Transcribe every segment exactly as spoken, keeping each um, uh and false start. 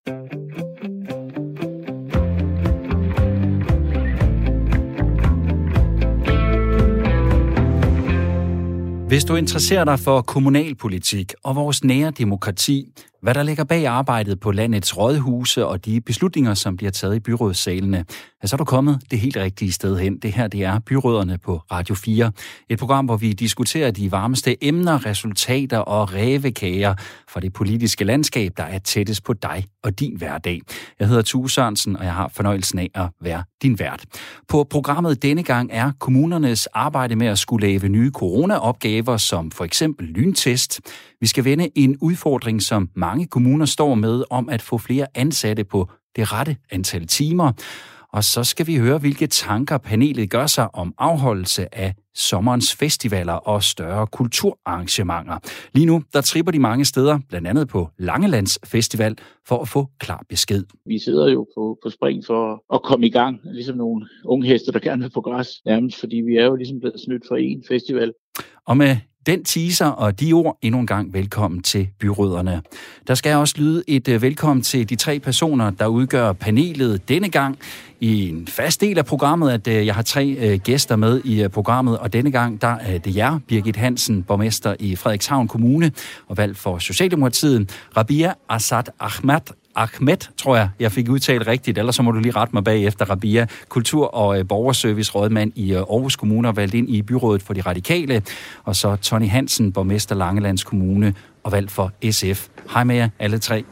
Hvis du interesserer dig for kommunalpolitik og vores nære demokrati, hvad der ligger bag arbejdet på landets rådhuse og de beslutninger, som bliver taget i byrådssalene, ja, så er du kommet det helt rigtige sted hen. Det her, det er Byrødderne på Radio fire. Et program, hvor vi diskuterer de varmeste emner, resultater og rævekager fra det politiske landskab, der er tættest på dig og din hverdag. Jeg hedder Tue Sørensen, og jeg har fornøjelsen af at være din vært. På programmet denne gang er kommunernes arbejde med at skulle lave nye coronaopgaver, som for eksempel lyntest. Vi skal vende en udfordring, som mange kommuner står med, om at få flere ansatte på det rette antal timer. Og så skal vi høre, hvilke tanker panelet gør sig om afholdelse af sommerens festivaler og større kulturarrangementer. Lige nu, der tripper de mange steder, blandt andet på Langelands Festival, for at få klar besked. Vi sidder jo på, på spring for at komme i gang, ligesom nogle unge heste, der gerne vil på græs, nærmest, fordi vi er jo ligesom blevet snydt for en festival. Og med den teaser og de ord endnu en gang velkommen til Byrødderne. Der skal også lyde et uh, velkommen til de tre personer, der udgør panelet denne gang. I en fast del af programmet, at uh, jeg har tre uh, gæster med i uh, programmet, og denne gang der er det jer, Birgit Hansen, borgmester i Frederikshavn Kommune og valgt for Socialdemokratiet, Rabia Assad Ahmad, Ahmed, tror jeg, jeg fik udtalt rigtigt, ellers så må du lige rette mig bagefter. Rabia, kultur- og borgerservice-rådmand i Aarhus Kommune, og valgt ind i byrådet for de radikale, og så Tony Hansen, borgmester Langelands Kommune, og valgt for S F. Hej med jer, alle tre.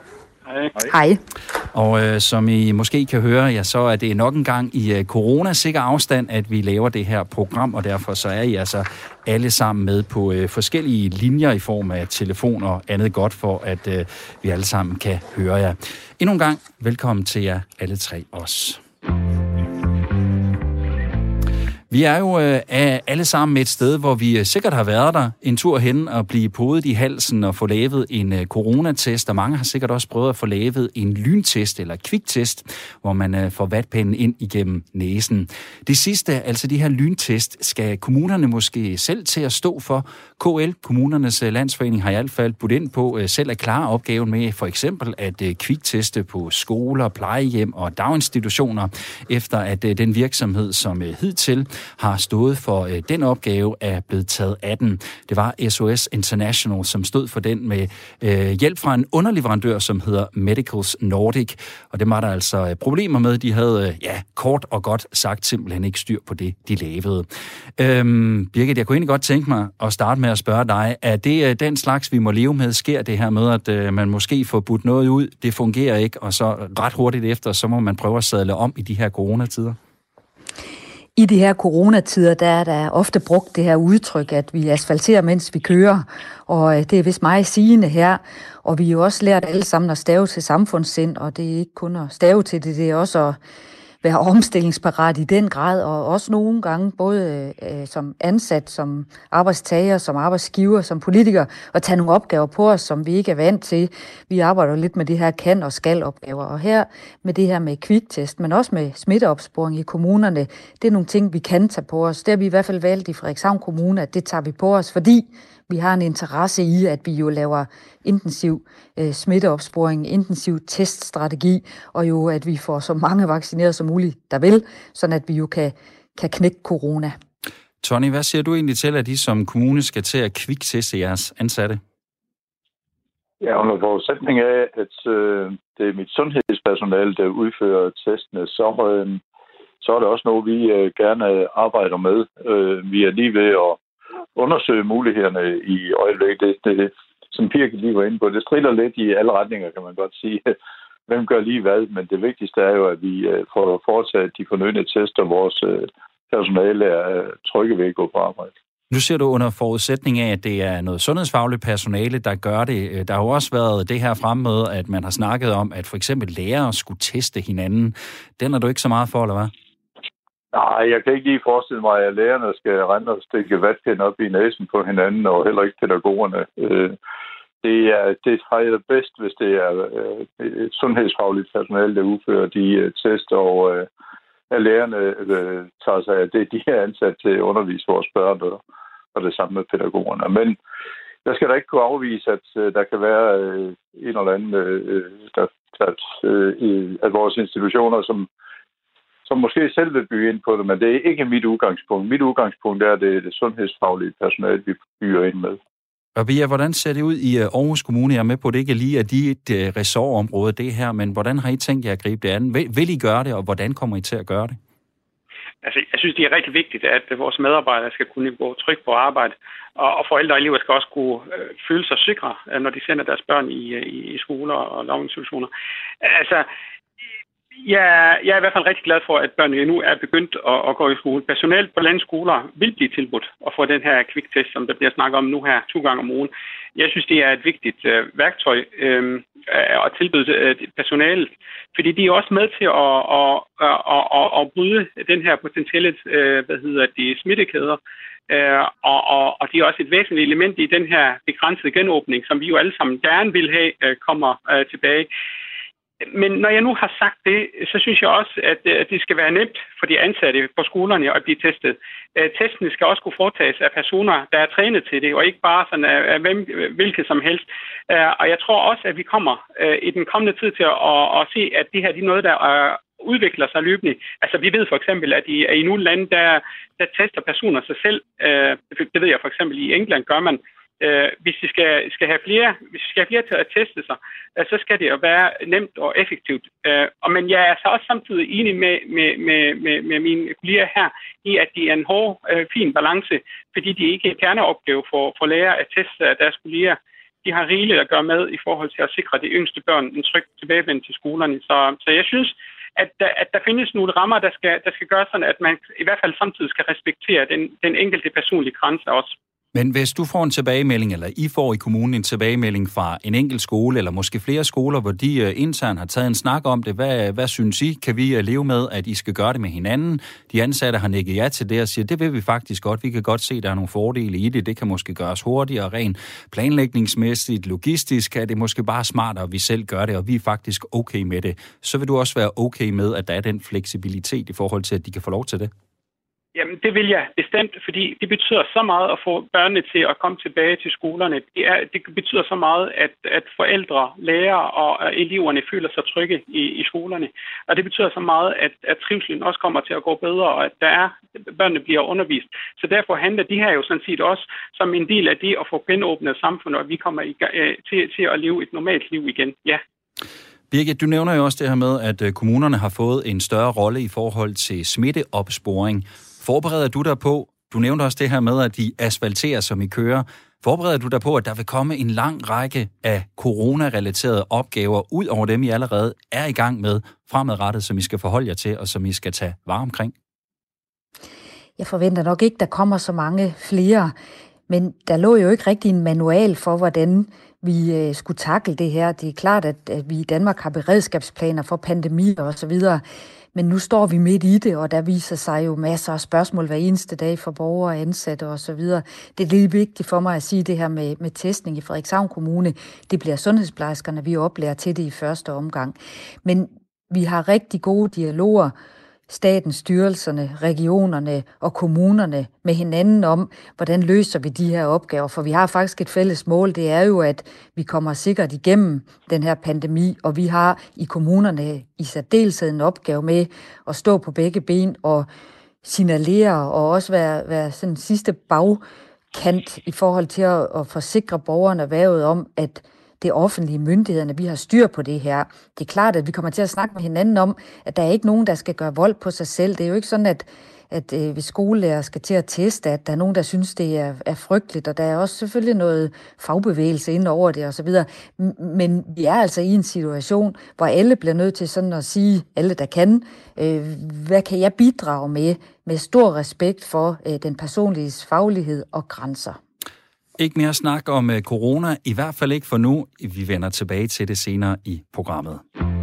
Hej. Hej. Og øh, som I måske kan høre, ja, så er det nok en gang i øh, coronasikker afstand, at vi laver det her program, og derfor så er I altså alle sammen med på øh, forskellige linjer i form af telefon og andet godt, for at øh, vi alle sammen kan høre jer. Endnu en gang velkommen til jer alle tre også. Vi er jo øh, alle sammen et sted, hvor vi øh, sikkert har været der en tur hen og blive podet i halsen og få lavet en øh, coronatest, og mange har sikkert også prøvet at få lavet en lyntest eller kviktest, hvor man øh, får vatpinden ind igennem næsen. Det sidste, altså de her lyntest, skal kommunerne måske selv til at stå for. K L, Kommunernes Landsforening, har i hvert fald budt ind på øh, selv at klare opgaven med for eksempel at øh, kvikteste på skoler, plejehjem og daginstitutioner, efter at øh, den virksomhed, som øh, hidtil har stået for øh, den opgave, er blevet taget af den. Det var S O S International, som stod for den med øh, hjælp fra en underleverandør, som hedder Medicals Nordic. Og det var der altså øh, problemer med. De havde, øh, ja, kort og godt sagt, simpelthen ikke styr på det, de lavede. Øhm, Birgit, jeg kunne egentlig godt tænke mig at starte med at spørge dig, er det øh, den slags, vi må leve med? Sker det her med, at øh, man måske får budt noget ud, det fungerer ikke, og så ret hurtigt efter, så må man prøve at sadle om i de her coronatider? I de her coronatider, der er der ofte brugt det her udtryk, at vi asfalterer, mens vi kører, og det er vist meget sigende her. Og vi er jo også lært alle sammen at stave til samfundssind, og det er ikke kun at stave til det, det er også at være omstillingsparat i den grad, og også nogle gange både øh, som ansat, som arbejdstager, som arbejdsgiver, som politiker, at tage nogle opgaver på os, som vi ikke er vant til. Vi arbejder lidt med det her kan- og skal-opgaver, og her med det her med kviktest, men også med smitteopsporing i kommunerne, det er nogle ting, vi kan tage på os. Det har vi i hvert fald valgt i Frederikshavn Kommune, at det tager vi på os, fordi vi har en interesse i, at vi jo laver intensiv øh, smitteopsporing, intensiv teststrategi, og jo at vi får så mange vaccineret som muligt, der vil, sådan at vi jo kan, kan knække corona. Tony, hvad siger du egentlig til, at I som kommune skal til at kvikteste jeres ansatte? Ja, under forudsætning af, at øh, det er mit sundhedspersonale, der udfører testene, så, øh, så er det også noget, vi øh, gerne arbejder med. Øh, vi er lige ved at undersøge mulighederne i øjeblikket. Det, det, som Birgit lige var inde på, det strider lidt i alle retninger, kan man godt sige. Hvem gør lige hvad? Men det vigtigste er jo, at vi får foretaget de fornødne tester, vores personale er trygge ved at gå på arbejde. Nu ser du under forudsætning af, at det er noget sundhedsfagligt personale, der gør det. Der har jo også været det her fremme med, at man har snakket om, at for eksempel lærere skulle teste hinanden. Den er du ikke så meget for, eller hvad? Nej, jeg kan ikke lige forestille mig, at lærerne skal rende og stikke vatpind op i næsen på hinanden, og heller ikke pædagogerne. Det er det er bedst, hvis det er et sundhedsfagligt personale, der udfører de tester, og at lærerne tager sig af det, de er ansat til at undervise vores børn, og det samme med pædagogerne. Men jeg skal da ikke kunne afvise, at der kan være en eller anden, der at, øh, i, at vores institutioner, som, som måske selv vil bygge ind på det, men det er ikke mit udgangspunkt. Mit udgangspunkt er det, det sundhedsfaglige personale, vi bygger ind med. Og Bia, hvordan ser det ud i Aarhus Kommune? Jeg er med på, det ikke lige er dit ressortområde, det her, men hvordan har I tænkt jer at gribe det an? Vil, vil I gøre det, og hvordan kommer I til at gøre det? Altså, jeg synes, det er rigtig vigtigt, at vores medarbejdere skal kunne gå trygt på arbejde, og, og forældre og elever skal også kunne øh, føle sig sikre, når de sender deres børn i, i, i skoler og daginstitutioner. Altså, jeg, jeg er i hvert fald rigtig glad for, at børnene nu er begyndt at, at gå i skole. Personalet på landets skoler vil blive tilbudt at få den her kviktest, som der bliver snakket om nu her to gange om ugen. Jeg synes, det er et vigtigt øh, værktøj øh, at tilbyde øh, personalet, fordi de er også med til at, at, at, at, at bryde den her potentielle øh, hvad hedder de, smittekæder, øh, og, og, og de er også et væsentligt element i den her begrænsede genåbning, som vi jo alle sammen gerne vil have øh, kommer øh, tilbage. Men når jeg nu har sagt det, så synes jeg også, at det skal være nemt for de ansatte på skolerne at blive testet. Testene skal også kunne foretages af personer, der er trænet til det, og ikke bare sådan af hvem, hvilket som helst. Og jeg tror også, at vi kommer i den kommende tid til at, at se, at det her det er noget, der udvikler sig løbende. Altså vi ved for eksempel, at i, i nogle lande, der, der tester personer sig selv. Det ved jeg for eksempel i England gør man. Uh, hvis vi skal, skal have flere, hvis vi skal have flere til at teste sig, uh, så skal det jo være nemt og effektivt. Uh, og men jeg er så også samtidig enig med, med, med, med, med mine kolleger her i, at det er en hård, uh, fin balance, fordi de ikke er en kerneopgave for, for lærere at teste deres kolleger. De har rigeligt at gøre med i forhold til at sikre de yngste børn en tryg tilbagevending til skolerne. Så, så jeg synes, at der, at der findes nogle rammer, der skal, der skal gøre sådan, at man i hvert fald samtidig skal respektere den, den enkelte personlige grænse også. Men hvis du får en tilbagemelding, eller I får i kommunen en tilbagemelding fra en enkelt skole, eller måske flere skoler, hvor de uh, internt har taget en snak om det, hvad, hvad synes I? Kan vi uh, leve med, at I skal gøre det med hinanden? De ansatte har nikket ja til det og siger, det vil vi faktisk godt. Vi kan godt se, at der er nogle fordele i det. Det kan måske gøres hurtigere, rent planlægningsmæssigt, logistisk. Er det måske bare smartere, at vi selv gør det, og vi er faktisk okay med det. Så vil du også være okay med, at der er den fleksibilitet i forhold til, at de kan få lov til det? Jamen, det vil jeg bestemt, fordi det betyder så meget at få børnene til at komme tilbage til skolerne. Det, er, det betyder så meget, at, at forældre, lærere og eleverne føler sig trygge i, i skolerne. Og det betyder så meget, at, at trivselen også kommer til at gå bedre, og at der er, børnene bliver undervist. Så derfor handler de her jo sådan set også som en del af det at få genåbnet samfundet, og vi kommer i, til, til at leve et normalt liv igen. Ja. Birgit, du nævner jo også det her med, at kommunerne har fået en større rolle i forhold til smitteopsporing. Forbereder du dig på, du nævnte også det her med, at de asfalterer, som I kører. Forbereder du dig på, at der vil komme en lang række af corona-relaterede opgaver, ud over dem, I allerede er i gang med fremadrettet, som I skal forholde jer til, og som I skal tage vare omkring? Jeg forventer nok ikke, der kommer så mange flere, men der lå jo ikke rigtig en manual for, hvordan vi øh, skulle takle det her. Det er klart, at, at vi i Danmark har beredskabsplaner for pandemier og så videre, men nu står vi midt i det, og der viser sig jo masser af spørgsmål hver eneste dag for borgere, ansatte og så videre. Det er lige vigtigt for mig at sige det her med, med testning i Frederikshavn Kommune. Det bliver sundhedsplejerskerne, vi oplærer til det i første omgang. Men vi har rigtig gode dialoger, statens, styrelserne, regionerne og kommunerne med hinanden om, hvordan løser vi de her opgaver. For vi har faktisk et fælles mål, det er jo, at vi kommer sikkert igennem den her pandemi, og vi har i kommunerne i særdeleshed en opgave med at stå på begge ben og signalere og også være, være sådan sidste bagkant i forhold til at, at forsikre borgerne erhvervet om, at det offentlige myndighederne, vi har styr på det her. Det er klart, at vi kommer til at snakke med hinanden om, at der er ikke nogen, der skal gøre vold på sig selv. Det er jo ikke sådan, at, at øh, hvis skolelærer skal til at teste, at der er nogen, der synes, det er, er frygteligt, og der er også selvfølgelig noget fagbevægelse ind over det osv. Men vi er altså i en situation, hvor alle bliver nødt til sådan at sige, alle der kan, øh, hvad kan jeg bidrage med, med stor respekt for øh, den personlige faglighed og grænser. Ikke mere snak om corona, i hvert fald ikke for nu. Vi vender tilbage til det senere i programmet.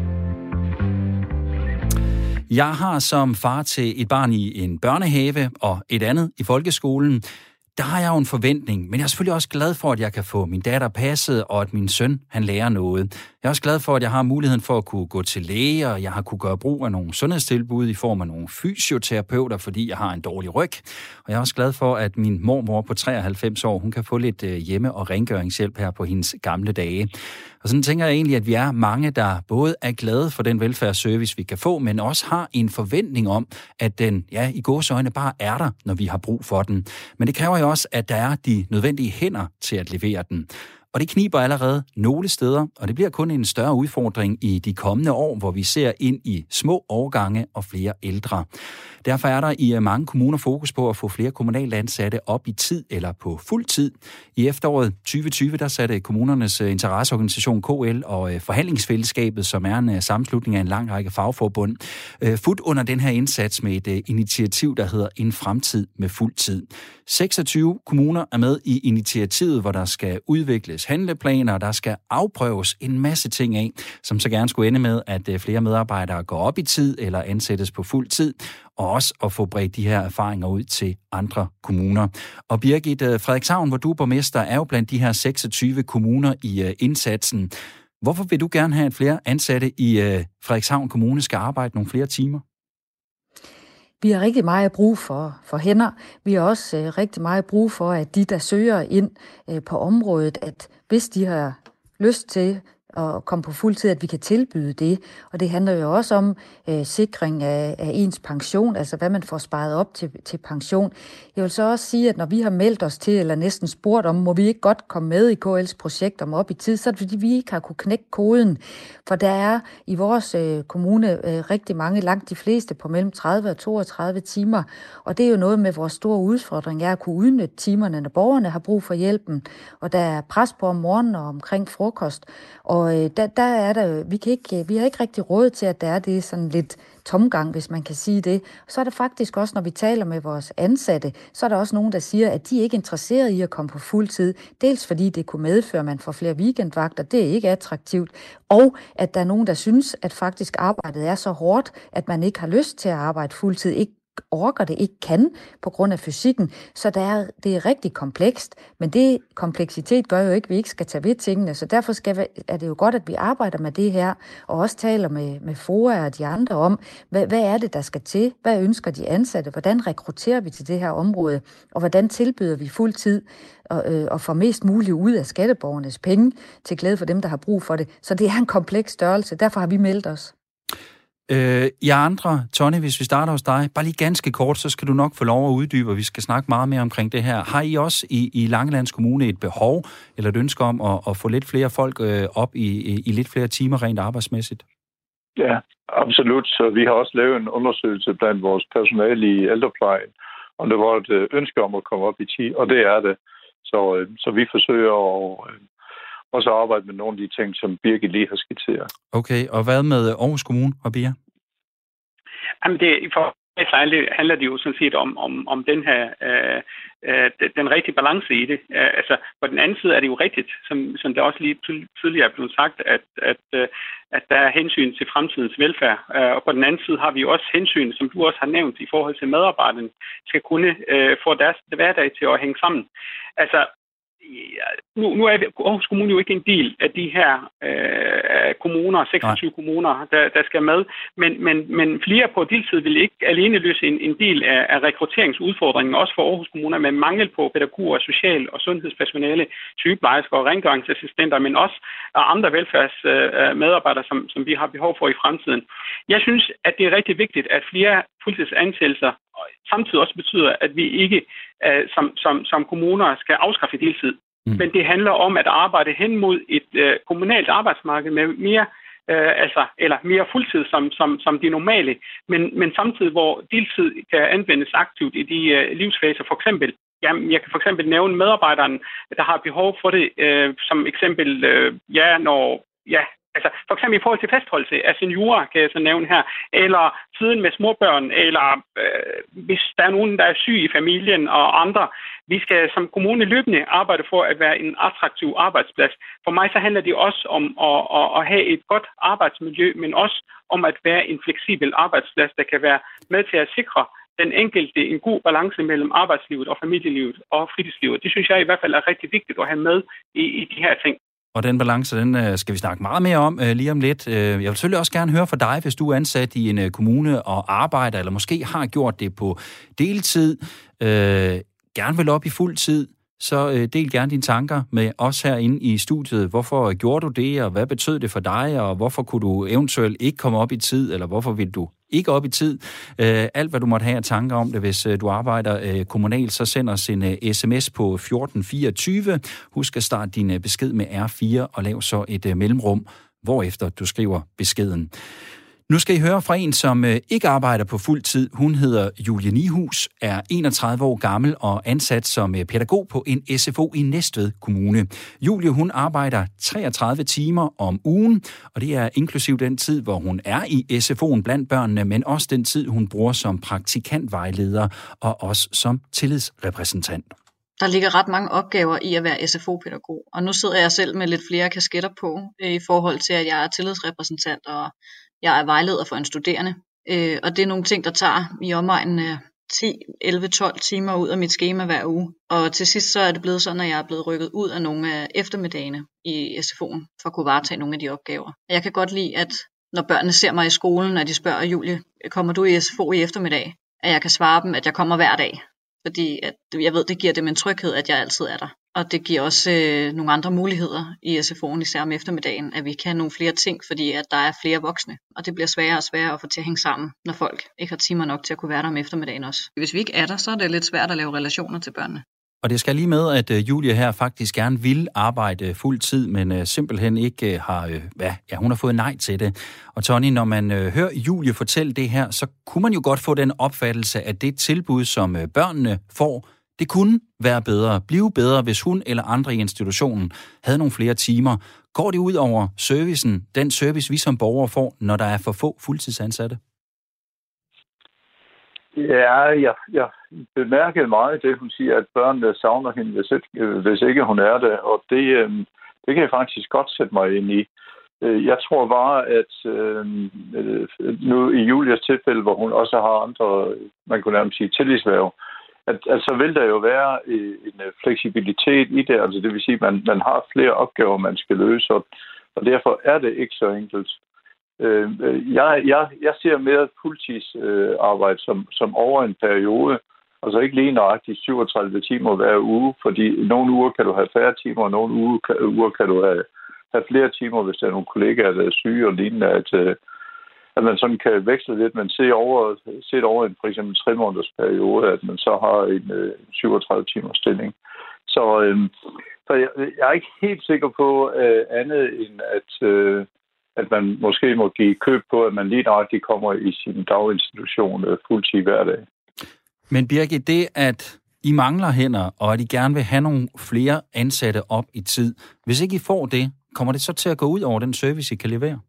Jeg har som far til et barn i en børnehave og et andet i folkeskolen, der har jeg jo en forventning, men jeg er selvfølgelig også glad for, at jeg kan få min datter passet, og at min søn, han lærer noget. Jeg er også glad for, at jeg har muligheden for at kunne gå til læge, og jeg har kunne gøre brug af nogle sundhedstilbud i form af nogle fysioterapeuter, fordi jeg har en dårlig ryg. Og jeg er også glad for, at min mormor på treoghalvfems år, hun kan få lidt hjemme- og rengøringshjælp her på hendes gamle dage. Og sådan tænker jeg egentlig, at vi er mange, der både er glade for den velfærdsservice, vi kan få, men også har en forventning om, at den, ja, i gåseøjne bare er der, når vi har brug for den. Men det kræver jo også, at der er de nødvendige hænder til at levere den. Og det kniber allerede nogle steder, og det bliver kun en større udfordring i de kommende år, hvor vi ser ind i små årgange og flere ældre. Derfor er der i mange kommuner fokus på at få flere kommunalt ansatte op i tid eller på fuld tid. I efteråret tyve tyve der satte kommunernes interesseorganisation K L og Forhandlingsfællesskabet, som er en sammenslutning af en lang række fagforbund, fut under den her indsats med et initiativ, der hedder En Fremtid med Fuld Tid. seksogtyve kommuner er med i initiativet, hvor der skal udvikles handleplaner, og der skal afprøves en masse ting af, som så gerne skulle ende med, at flere medarbejdere går op i tid eller ansættes på fuld tid, og også at få bredt de her erfaringer ud til andre kommuner. Og Birgit Frederikshavn, hvor du er borgmester, er jo blandt de her seksogtyve kommuner i indsatsen. Hvorfor vil du gerne have, at flere ansatte i Frederikshavn Kommune skal arbejde nogle flere timer? Vi har rigtig meget brug for, for hænder. Vi har også øh, rigtig meget brug for, at de, der søger ind øh, på området, at hvis de har lyst til at komme på fuld tid, at vi kan tilbyde det. Og det handler jo også om øh, sikring af, af ens pension, altså hvad man får sparet op til, til pension. Jeg vil så også sige, at når vi har meldt os til, eller næsten spurgt om, må vi ikke godt komme med i K L's projekt om op i tid, så er det fordi, vi ikke har kunne knække koden. For der er i vores øh, kommune øh, rigtig mange, langt de fleste på mellem tredive og toogtredive timer. Og det er jo noget med vores store udfordring, er at kunne udnytte timerne, når borgerne har brug for hjælpen. Og der er pres på om morgenen og omkring frokost. Og øh, der, der er der, vi, kan ikke, vi har ikke rigtig råd til, at der er det sådan lidt tomgang, hvis man kan sige det. Så er der faktisk også, når vi taler med vores ansatte, så er der også nogen, der siger, at de ikke er interesserede i at komme på fuld tid. Dels fordi det kunne medføre, at man får flere weekendvagter, det er ikke attraktivt. Og at der er nogen, der synes, at faktisk arbejdet er så hårdt, at man ikke har lyst til at arbejde fuld tid, ikke orker det, ikke kan på grund af fysikken. Så der er, det er rigtig komplekst, men det kompleksitet gør jo ikke, at vi ikke skal tage ved tingene, så derfor skal vi, er det jo godt, at vi arbejder med det her, og også taler med, med F O A og de andre om, hvad, hvad er det, der skal til? Hvad ønsker de ansatte? Hvordan rekrutterer vi til det her område? Og hvordan tilbyder vi fuld tid og, øh, og får mest muligt ud af skatteborgernes penge til glæde for dem, der har brug for det? Så det er en kompleks størrelse, derfor har vi meldt os. Øh, I andre, Tony, hvis vi starter hos dig, bare lige ganske kort, så skal du nok få lov at uddybe, og vi skal snakke meget mere omkring det her. Har I også i, i Langelands Kommune et behov eller et ønske om at, at få lidt flere folk øh, op i, i, i lidt flere timer rent arbejdsmæssigt? Ja, absolut. Så vi har også lavet en undersøgelse blandt vores personale i ældreplejen, om det var et ønske om at komme op i ti, og det er det. Så, så vi forsøger at også arbejde med nogle af de ting, som Birgit lige har skitseret. Okay, og hvad med Aarhus Kommune og Bia? Jamen, det, for mig handler det jo sådan set om, om, om den her øh, øh, den rigtige balance i det. Uh, altså, på den anden side er det jo rigtigt, som, som det også lige tidligere er blevet sagt, at, at, uh, at der er hensyn til fremtidens velfærd. Uh, og på den anden side har vi jo også hensyn, som du også har nævnt, i forhold til medarbejderne, skal kunne uh, få deres hverdag til at hænge sammen. Altså, Ja, nu, nu er Aarhus Kommune jo ikke en del af de her øh, kommuner, seksogtyve Nej. kommuner, der, der skal med, men, men, men flere på deltid vil ikke alene løse en, en del af, af rekrutteringsudfordringen, også for Aarhus Kommune, med mangel på pædagoger, social- og sundhedspersonale, sygeplejersker og rengøringsassistenter, men også andre velfærdsmedarbejdere, øh, som, som vi har behov for i fremtiden. Jeg synes, at det er rigtig vigtigt, at flere fuldtidsansættelser samtidig også betyder, at vi ikke uh, som, som, som kommuner skal afskaffe deltid. Mm. Men det handler om at arbejde hen mod et uh, kommunalt arbejdsmarked med mere, uh, altså, eller mere fuldtid som, som, som de normale, men, men samtidig hvor deltid kan anvendes aktivt i de uh, livsfaser. For eksempel, jamen, jeg kan for eksempel nævne medarbejderen, der har behov for det, uh, som eksempel, uh, ja, når, ja, Altså for eksempel i forhold til fastholdelse af seniorer, kan jeg så nævne her, eller tiden med småbørn, eller øh, hvis der er nogen, der er syg i familien og andre. Vi skal som kommune løbende arbejde for at være en attraktiv arbejdsplads. For mig så handler det også om at, at, at have et godt arbejdsmiljø, men også om at være en fleksibel arbejdsplads, der kan være med til at sikre den enkelte en god balance mellem arbejdslivet og familielivet og fritidslivet. Det synes jeg i hvert fald er rigtig vigtigt at have med i, i de her ting. Og den balance, den skal vi snakke meget mere om øh, lige om lidt. Jeg vil selvfølgelig også gerne høre fra dig, hvis du er ansat i en kommune og arbejder, eller måske har gjort det på deltid, øh, gerne vil op i fuld tid, så øh, del gerne dine tanker med os herinde i studiet. Hvorfor gjorde du det, og hvad betød det for dig, og hvorfor kunne du eventuelt ikke komme op i tid, eller hvorfor vil du ikke op i tid? Øh, alt, hvad du måtte have af tanker om det, hvis øh, du arbejder øh, kommunalt, så send os en øh, sms på fjorten fireogtyve. Husk at starte din øh, besked med R fire, og lav så et øh, mellemrum, hvorefter du skriver beskeden. Nu skal I høre fra en, som øh, ikke arbejder på fuld tid. Hun hedder Julie Nihus, er enogtredive år gammel og ansat som øh, pædagog på en S F O i Næstved Kommune. Julie, hun arbejder treogtredive timer om ugen, og det er inklusiv den tid, hvor hun er i S F O'en blandt børnene, men også den tid, hun bruger som praktikantvejleder og også som tillidsrepræsentant. Der ligger ret mange opgaver i at være S F O-pædagog, og nu sidder jeg selv med lidt flere kasketter på øh, i forhold til, at jeg er tillidsrepræsentant og jeg er vejleder for en studerende, øh, og det er nogle ting, der tager i omegnen øh, ti, elleve, tolv timer ud af mit skema hver uge. Og til sidst så er det blevet sådan, at jeg er blevet rykket ud af nogle af eftermiddagene i S F O'en, for at kunne varetage nogle af de opgaver. Jeg kan godt lide, at når børnene ser mig i skolen, og de spørger, Julie, kommer du i S F O i eftermiddag? At jeg kan svare dem, at jeg kommer hver dag. Fordi at jeg ved, det giver dem en tryghed, at jeg altid er der. Og det giver også øh, nogle andre muligheder i S F O'en, især om eftermiddagen, at vi kan nogle flere ting, fordi at der er flere voksne. Og det bliver sværere og sværere at få til at hænge sammen, når folk ikke har timer nok til at kunne være der om eftermiddagen også. Hvis vi ikke er der, så er det lidt svært at lave relationer til børnene. Og det skal lige med, at uh, Julie her faktisk gerne vil arbejde fuld tid, men uh, simpelthen ikke uh, har, uh, hvad, ja, hun har fået nej til det. Og Tony, når man uh, hører Julie fortælle det her, så kunne man jo godt få den opfattelse, at det tilbud, som uh, børnene får, det kunne være bedre, blive bedre, hvis hun eller andre i institutionen havde nogle flere timer. Går det ud over servicen, den service, vi som borgere får, når der er for få fuldtidsansatte? Ja, jeg, jeg bemærkede meget det, hun siger, at børnene savner hende, hvis ikke, hvis ikke hun er det. Og det, det kan jeg faktisk godt sætte mig ind i. Jeg tror bare, at øh, nu i Julias tilfælde, hvor hun også har andre, man kunne nærmest sige, tillidshverv, at altså vil der jo være en fleksibilitet i det. Altså det vil sige, at man, man har flere opgaver, man skal løse, og, og derfor er det ikke så enkelt. Øh, jeg, jeg, jeg ser mere fuldtidsarbejde som, som over en periode, altså ikke lige nøjagtigt syvogtredive timer hver uge, fordi nogle uger kan du have færre timer, og nogle uger kan, uger kan du have, have flere timer, hvis der er nogle kollegaer, der er syge og lignende, at, at man sådan kan veksle lidt, men se over, set over en for eksempel tre måneders periode, at man så har en øh, syvogtredive timers stilling. Så, øh, så jeg, jeg er ikke helt sikker på øh, andet end at øh, at man måske må give køb på, at man lige nøjagtigt kommer i sin daginstitution fuldtid hver dag. Men Birgit, det at I mangler hænder, og at I gerne vil have nogle flere ansatte op i tid, hvis ikke I får det, kommer det så til at gå ud over den service, I kan levere?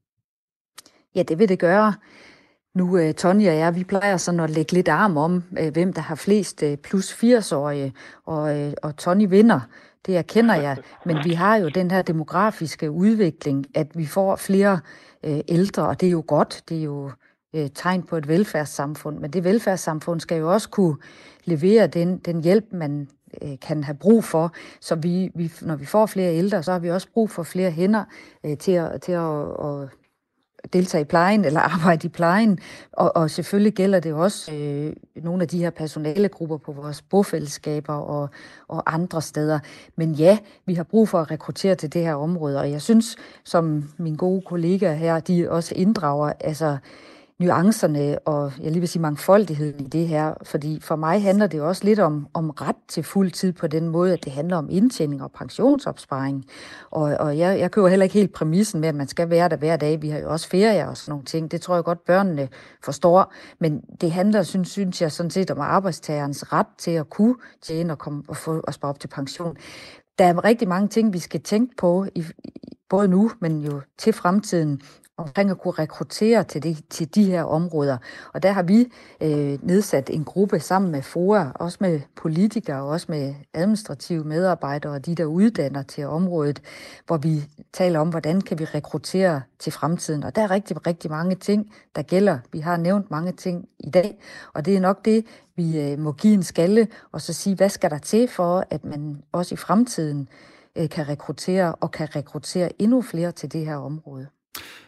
Ja, det vil det gøre. Nu, Tony og jeg, vi plejer sådan at lægge lidt arm om, hvem der har flest plus firs-årige, og, og Tony vinder. Det erkender jeg, men vi har jo den her demografiske udvikling, at vi får flere øh, ældre, og det er jo godt, det er jo øh, tegn på et velfærdssamfund, men det velfærdssamfund skal jo også kunne levere den, den hjælp, man øh, kan have brug for, så vi, vi, når vi får flere ældre, så har vi også brug for flere hænder øh, til at, til at, at deltage i plejen eller arbejde i plejen, og, og selvfølgelig gælder det også øh, nogle af de her personalegrupper på vores bofællesskaber og, og andre steder. Men ja, vi har brug for at rekruttere til det her område, og jeg synes, som mine gode kollegaer her, de også inddrager altså nuancerne og jeg lige vil sige mangfoldigheden i det her, fordi for mig handler det også lidt om, om ret til fuld tid på den måde, at det handler om indtjening og pensionsopsparing. Og, og jeg, jeg køber heller ikke helt præmissen med, at man skal være der hver dag. Vi har jo også ferie og sådan nogle ting. Det tror jeg godt, børnene forstår. Men det handler, synes, synes jeg, sådan set om arbejdstagerens ret til at kunne tjene og, komme, og få og spare op til pension. Der er rigtig mange ting, vi skal tænke på, i, både nu, men jo til fremtiden, omkring at kunne rekruttere til, det, til de her områder. Og der har vi øh, nedsat en gruppe sammen med F O A, også med politikere, og også med administrative medarbejdere og de, der uddanner til området, hvor vi taler om, hvordan kan vi rekruttere til fremtiden. Og der er rigtig, rigtig mange ting, der gælder. Vi har nævnt mange ting i dag, og det er nok det, vi øh, må give en skalle, og så sige, hvad skal der til for, at man også i fremtiden øh, kan rekruttere, og kan rekruttere endnu flere til det her område.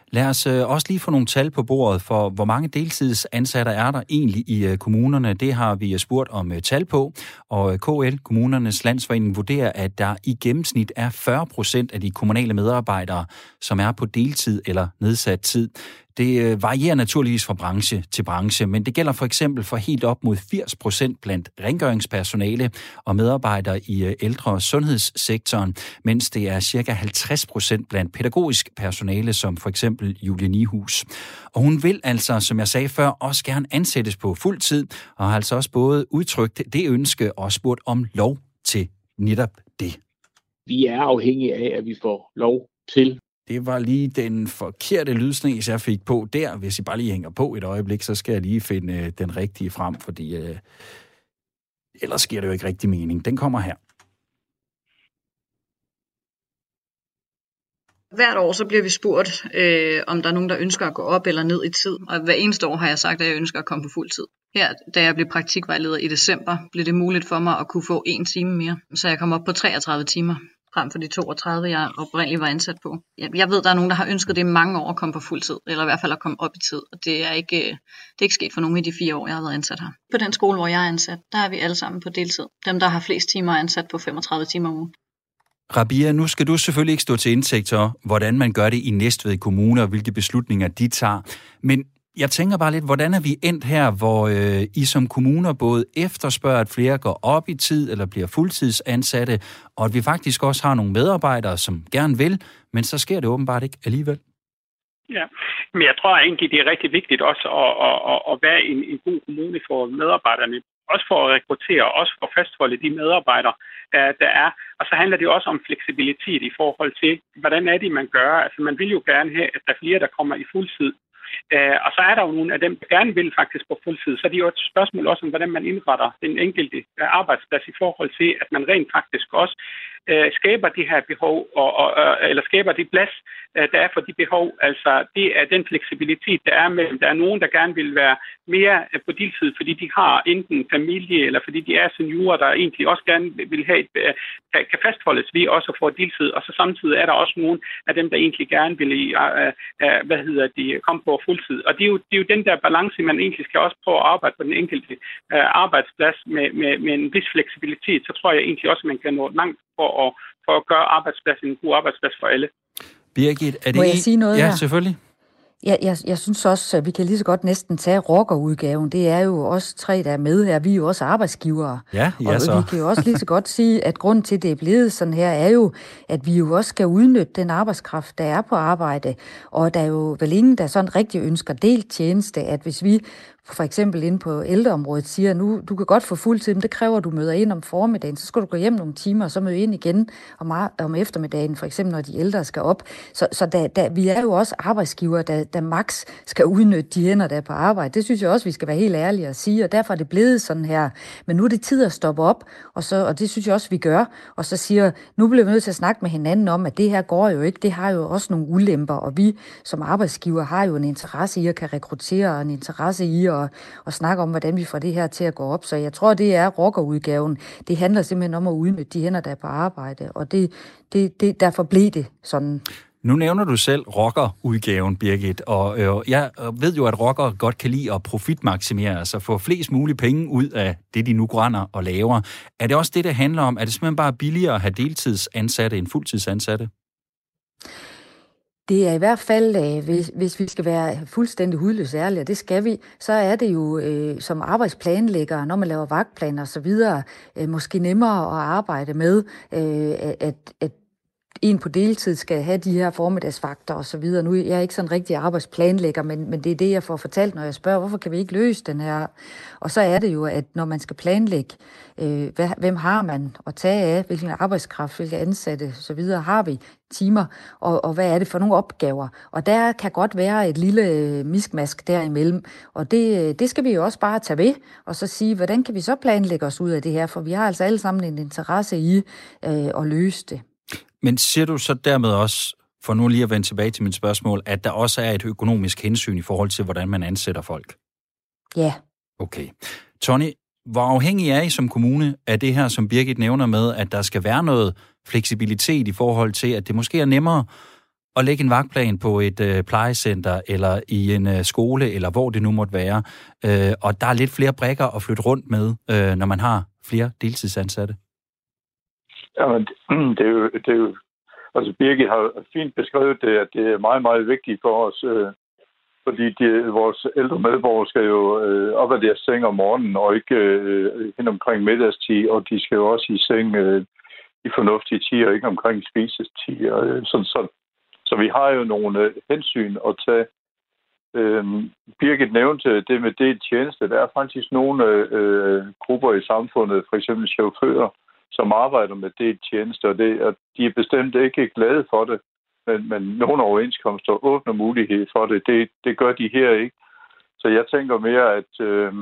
Lad os øh, også lige få nogle tal på bordet for, hvor mange deltidsansatte er der egentlig i øh, kommunerne. Det har vi spurgt om øh, tal på, og øh, K L, Kommunernes Landsforening, vurderer, at der i gennemsnit er fyrre procent af de kommunale medarbejdere, som er på deltid eller nedsat tid. Det varierer naturligvis fra branche til branche, men det gælder for eksempel for helt op mod firs procent blandt rengøringspersonale og medarbejdere i ældre- og sundhedssektoren, mens det er cirka halvtreds procent blandt pædagogisk personale, som for eksempel Julie Nihus. Og hun vil altså, som jeg sagde før, også gerne ansættes på fuld tid, og har altså også både udtrykt det ønske og spurgt om lov til netop det. Vi er afhængige af, at vi får lov til. Det var lige den forkerte lydsning, jeg fik på der. Hvis I bare lige hænger på et øjeblik, så skal jeg lige finde øh, den rigtige frem, fordi øh, ellers giver det jo ikke rigtig mening. Den kommer her. Hvert år så bliver vi spurgt, øh, om der er nogen, der ønsker at gå op eller ned i tid. Og hver eneste år har jeg sagt, at jeg ønsker at komme på fuld tid. Her, da jeg blev praktikvejleder i december, blev det muligt for mig at kunne få en time mere. Så jeg kom op på treogtredive timer. Frem for de toogtredive, jeg oprindeligt var ansat på. Jeg ved, der er nogen, der har ønsket det i mange år at komme på fuld tid, eller i hvert fald at komme op i tid. Og det er ikke, det er ikke sket for nogen i de fire år, jeg har været ansat her. På den skole, hvor jeg er ansat, der er vi alle sammen på deltid. Dem, der har flest timer, er ansat på femogtredive timer om ugen. Rabia, nu skal du selvfølgelig ikke stå til indsigt for, hvordan man gør det i Næstved Kommune, og hvilke beslutninger de tager. Men jeg tænker bare lidt, hvordan er vi endt her, hvor øh, I som kommuner både efterspørger, at flere går op i tid eller bliver fuldtidsansatte, og at vi faktisk også har nogle medarbejdere, som gerne vil, men så sker det åbenbart ikke alligevel. Ja, men jeg tror egentlig, det er rigtig vigtigt også at, at, at, at være en, en god kommune for medarbejderne. Også for at rekruttere, også for at fastholde de medarbejdere, der er. Og så handler det også om fleksibilitet i forhold til, hvordan er det, man gør. Altså man vil jo gerne have, at der er flere, der kommer i fuldtid. Uh, og så er der jo nogle af dem, der gerne vil faktisk på fuldtid. Så det er jo et spørgsmål også om, hvordan man indretter den enkelte uh, arbejdsplads i forhold til, at man rent faktisk også uh, skaber de her behov, og, og, uh, eller skaber de plads, uh, der er for de behov. Altså det er den fleksibilitet, der er mellem. Der er nogen, der gerne vil være mere uh, på deltid, fordi de har enten familie, eller fordi de er seniorer, der egentlig også gerne vil have et, uh, kan, kan fastholdes ved også at få deltid. Og så samtidig er der også nogen af dem, der egentlig gerne vil uh, uh, hvad hedder de, komme på fuldtid. Og det er, jo, det er jo den der balance, man egentlig skal også prøve at arbejde på den enkelte uh, arbejdsplads med, med, med en vis fleksibilitet. Så tror jeg egentlig også, at man kan nå langt for at, for at gøre arbejdspladsen en god arbejdsplads for alle. Birgit, er det... Må jeg sige noget ja, her? selvfølgelig. Ja, jeg, jeg synes også, at vi kan lige så godt næsten tage rockerudgaven. Det er jo også tre, der er med her. Vi er jo også arbejdsgivere. Ja, ja og så. vi kan jo også lige så godt sige, at grunden til, at det er blevet sådan her, er jo, at vi jo også skal udnytte den arbejdskraft, der er på arbejde. Og der er jo vel ingen, der sådan rigtig ønsker delt tjeneste, at hvis vi for eksempel inde på ældreområdet siger, nu du kan godt få fuldtid, men det kræver, at du møder ind om formiddagen, så skal du gå hjem nogle timer, og så møde ind igen om, om eftermiddagen, for eksempel når de ældre skal op. Så, så der, der, vi er jo også arbejdsgivere, der, der max skal udnytte de hænder, der er på arbejde. Det synes jeg også, vi skal være helt ærlige at sige, og derfor er det blevet sådan her. Men nu er det tid at stoppe op, og, så, og det synes jeg også, vi gør, og så siger, nu bliver vi nødt til at snakke med hinanden om, at det her går jo ikke, det har jo også nogle ulemper, og vi som arbejdsgiver har jo en interesse i at kan rekruttere, og en interesse i at og, og snakke om, hvordan vi får det her til at gå op. Så jeg tror, det er rockerudgaven. Det handler simpelthen om at udnytte de hænder, der er på arbejde, og det, det, det, derfor blev det sådan. Nu nævner du selv rockerudgaven, Birgit, og øh, jeg ved jo, at rockere godt kan lide at profitmaksimere, altså få flest mulige penge ud af det, de nu grænder og laver. Er det også det, det handler om? Er det simpelthen bare billigere at have deltidsansatte end fuldtidsansatte? Det er i hvert fald, hvis, hvis vi skal være fuldstændig hudløs ærlige, og det skal vi, så er det jo øh, som arbejdsplanlægger, når man laver vagtplaner og så videre, øh, måske nemmere at arbejde med, øh, at, at en på deltid skal have de her formiddagsvagter og så videre. Nu er jeg ikke sådan rigtig arbejdsplanlægger, men, men det er det, jeg får fortalt, når jeg spørger, hvorfor kan vi ikke løse den her? Og så er det jo, at når man skal planlægge, øh, hvad, hvem har man at tage af, hvilken arbejdskraft, hvilke ansatte så videre har vi timer, og, og hvad er det for nogle opgaver? Og der kan godt være et lille miskmask derimellem, og det, det skal vi jo også bare tage ved, og så sige, hvordan kan vi så planlægge os ud af det her? For vi har altså alle sammen en interesse i øh, at løse det. Men siger du så dermed også, for nu lige at vende tilbage til mit spørgsmål, at der også er et økonomisk hensyn i forhold til, hvordan man ansætter folk? Ja. Okay. Tony, hvor afhængig er I som kommune af det her, som Birgit nævner med, at der skal være noget fleksibilitet i forhold til, at det måske er nemmere at lægge en vagtplan på et øh, plejecenter, eller i en øh, skole, eller hvor det nu måtte være. Øh, og der er lidt flere brikker at flytte rundt med, øh, når man har flere deltidsansatte. Jamen, det er jo... Det er jo altså, Birgit har fint beskrevet det, at det er meget, meget vigtigt for os, øh, fordi de, vores ældre medborgere skal jo øh, op af deres seng om morgenen, og ikke øh, hen omkring middagstid, og de skal jo også i seng øh, i fornuftige tider, og ikke omkring spisestider. Øh, så, så, så vi har jo nogle øh, hensyn at tage. Øh, Birgit nævnte det med delt tjeneste. Der er faktisk nogle øh, grupper i samfundet, for eksempel chauffører, som arbejder med delt tjeneste, og det, at de er bestemt ikke glade for det, men, men nogle overenskomster åbner mulighed for det. det. Det gør de her ikke. Så jeg tænker mere, at øh,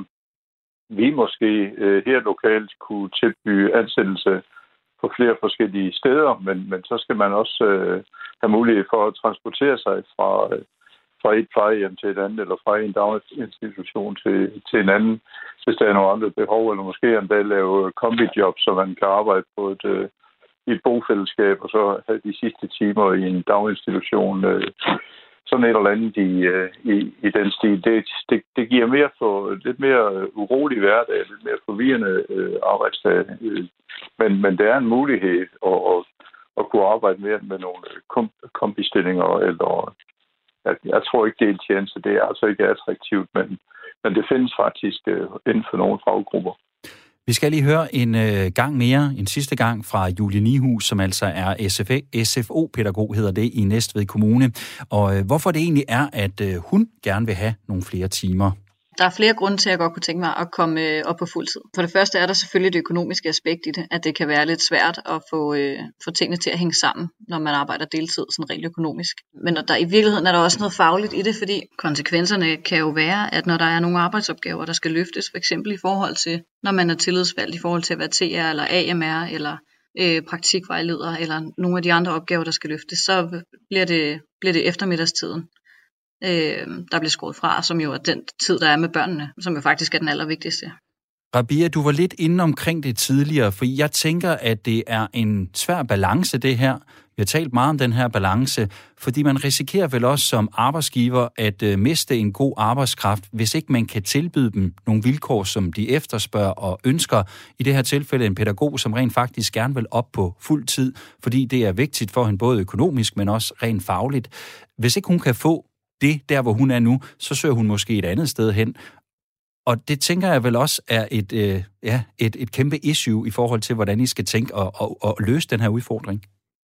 vi måske øh, her lokalt kunne tilbyde ansættelse på flere forskellige steder, men, men så skal man også øh, have mulighed for at transportere sig fra, øh, fra et plejehjem til et andet, eller fra en daginstitution til, til en anden, hvis der er nogle andre behov, eller måske endda lave kombijob, så man kan arbejde på et, øh, et bofællesskab, og så have de sidste timer i en daginstitution. Øh, sådan et eller andet i, øh, i, i den stil. Det, det, det giver mere for lidt mere urolig hverdag, lidt mere forvirrende øh, arbejdsdag. Øh, men, men der er en mulighed at, at, at kunne arbejde mere med nogle kom, kombistillinger, eller jeg, jeg tror ikke, det er en tjeneste. Det er altså ikke attraktivt, men, men det findes faktisk øh, inden for nogle faggrupper. Vi skal lige høre en øh, gang mere, en sidste gang fra Julie Nihus, som altså er S F O-pædagog, hedder det, i Næstved Kommune. Og øh, hvorfor det egentlig er, at øh, hun gerne vil have nogle flere timer. Der er flere grunde til, at jeg godt kunne tænke mig at komme øh, op på fuld tid. For det første er der selvfølgelig det økonomiske aspekt i det, at det kan være lidt svært at få, øh, få tingene til at hænge sammen, når man arbejder deltid, sådan rent økonomisk. Men der, i virkeligheden er der også noget fagligt i det, fordi konsekvenserne kan jo være, at når der er nogle arbejdsopgaver, der skal løftes, for eksempel i forhold til, når man er tillidsvalgt, i forhold til at være T R eller A M R, eller øh, praktikvejleder, eller nogle af de andre opgaver, der skal løftes, så bliver det, bliver det eftermiddagstiden, Øh, der bliver skåret fra, som jo er den tid, der er med børnene, som jo faktisk er den allervigtigste. Rabia, du var lidt inde omkring det tidligere, for jeg tænker, at det er en svær balance, det her. Vi har talt meget om den her balance, fordi man risikerer vel også som arbejdsgiver at uh, miste en god arbejdskraft, hvis ikke man kan tilbyde dem nogle vilkår, som de efterspørger og ønsker. I det her tilfælde en pædagog, som rent faktisk gerne vil op på fuld tid, fordi det er vigtigt for hende både økonomisk, men også rent fagligt. Hvis ikke hun kan få det, der hvor hun er nu, så søger hun måske et andet sted hen. Og det tænker jeg vel også er et, øh, ja, et, et kæmpe issue i forhold til, hvordan I skal tænke og, og, og løse den her udfordring.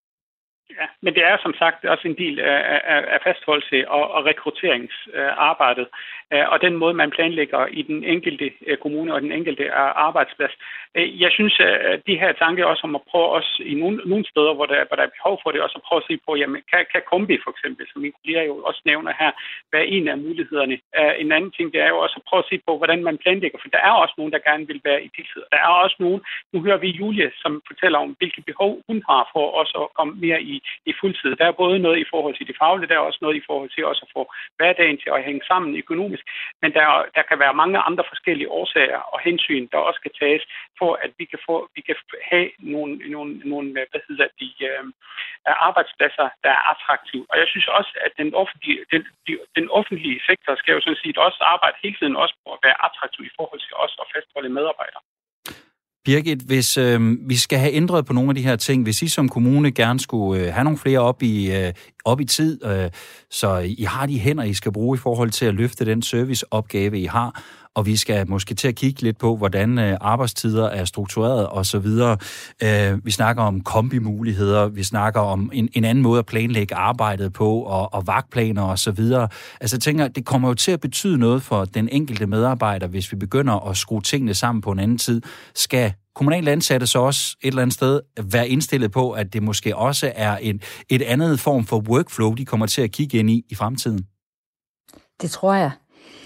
Ja, men det er som sagt også en del af, af, af fastholdelse og, og rekrutteringsarbejdet, og den måde, man planlægger i den enkelte kommune og den enkelte arbejdsplads. Jeg synes, at de her tanker også om at prøve også i nogle, nogle steder, hvor der, hvor der er behov for det, også at prøve at se på, jamen, kan, kan kombi for eksempel, som min kollega jo også nævner her, være en af mulighederne. En anden ting, det er jo også at prøve at se på, hvordan man planlægger, for der er også nogen, der gerne vil være i deltid. Der er også nogen, nu hører vi Julie, som fortæller om, hvilke behov hun har for også at komme mere i, i fuldtid. Der er både noget i forhold til det faglige, der er også noget i forhold til også at få hverdagen til at hænge sammen økonomisk, men der, der kan være mange andre forskellige årsager og hensyn, der også skal tages for, at vi kan få, vi kan have nogle, nogle, nogle hvad hedder de, øh, arbejdspladser, der er attraktive. Og jeg synes også, at den offentlige, den, den offentlige sektor skal jo sådan set også arbejde hele tiden også på at være attraktiv i forhold til os at fastholde medarbejdere. Birgit, hvis øh, vi skal have ændret på nogle af de her ting, hvis I som kommune gerne skulle øh, have nogle flere op i, øh, op i tid, øh, så I har de hænder, I skal bruge i forhold til at løfte den serviceopgave, I har, og vi skal måske til at kigge lidt på, hvordan øh, arbejdstider er struktureret osv. Øh, vi snakker om kombimuligheder, vi snakker om en, en anden måde at planlægge arbejdet på, og, og vagtplaner osv. Altså jeg tænker, det kommer jo til at betyde noget for den enkelte medarbejder, hvis vi begynder at skrue tingene sammen på en anden tid. Skal kommunale ansatte så også et eller andet sted være indstillet på, at det måske også er en, et andet form for workflow, de kommer til at kigge ind i i fremtiden? Det tror jeg.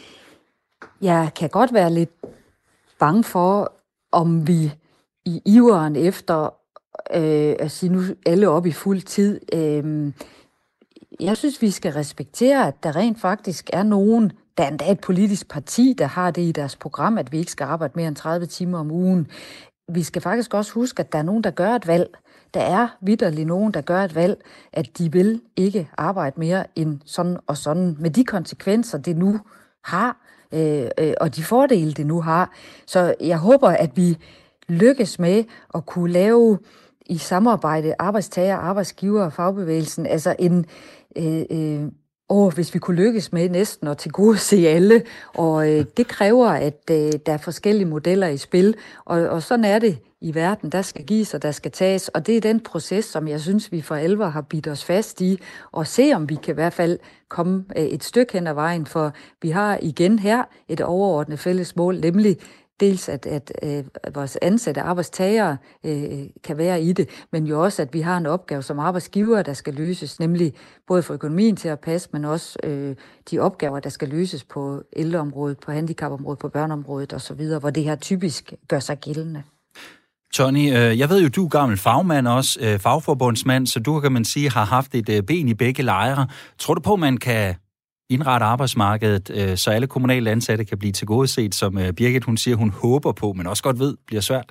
Jeg kan godt være lidt bange for, om vi i iveren efter øh, at sige nu alle op i fuld tid. Øh, jeg synes, vi skal respektere, at der rent faktisk er nogen, der er endda et politisk parti, der har det i deres program, at vi ikke skal arbejde mere end tredive timer om ugen. Vi skal faktisk også huske, at der er nogen, der gør et valg. der er vitterligt nogen, der gør et valg, at de vil ikke arbejde mere end sådan og sådan, med de konsekvenser, det nu har, øh, øh, og de fordele, det nu har. Så jeg håber, at vi lykkes med at kunne lave i samarbejde arbejdstager, arbejdsgiver og fagbevægelsen, altså en... Øh, øh, Og hvis vi kunne lykkes med næsten at tilgodese alle, og øh, det kræver, at øh, der er forskellige modeller i spil, og, og sådan er det i verden. Der skal gives, og der skal tages, og det er den proces, som jeg synes, vi for alvor har bidt os fast i, og se, om vi kan i hvert fald komme øh, et stykke hen ad vejen, for vi har igen her et overordnet fælles mål, nemlig dels at, at, at vores ansatte arbejdstagere øh, kan være i det, men jo også, at vi har en opgave som arbejdsgiver, der skal løses, nemlig både for økonomien til at passe, men også øh, de opgaver, der skal løses på ældreområdet, på handicapområdet, på børneområdet osv., hvor det her typisk gør sig gældende. Tonni, øh, jeg ved jo, du er gammel fagmand også, øh, fagforbundsmand, så du kan man sige, har haft et øh, ben i begge lejre. Tror du på, man kan indrette arbejdsmarkedet, øh, så alle kommunale ansatte kan blive tilgodeset, som øh, Birgit, hun siger, hun håber på, men også godt ved, bliver svært?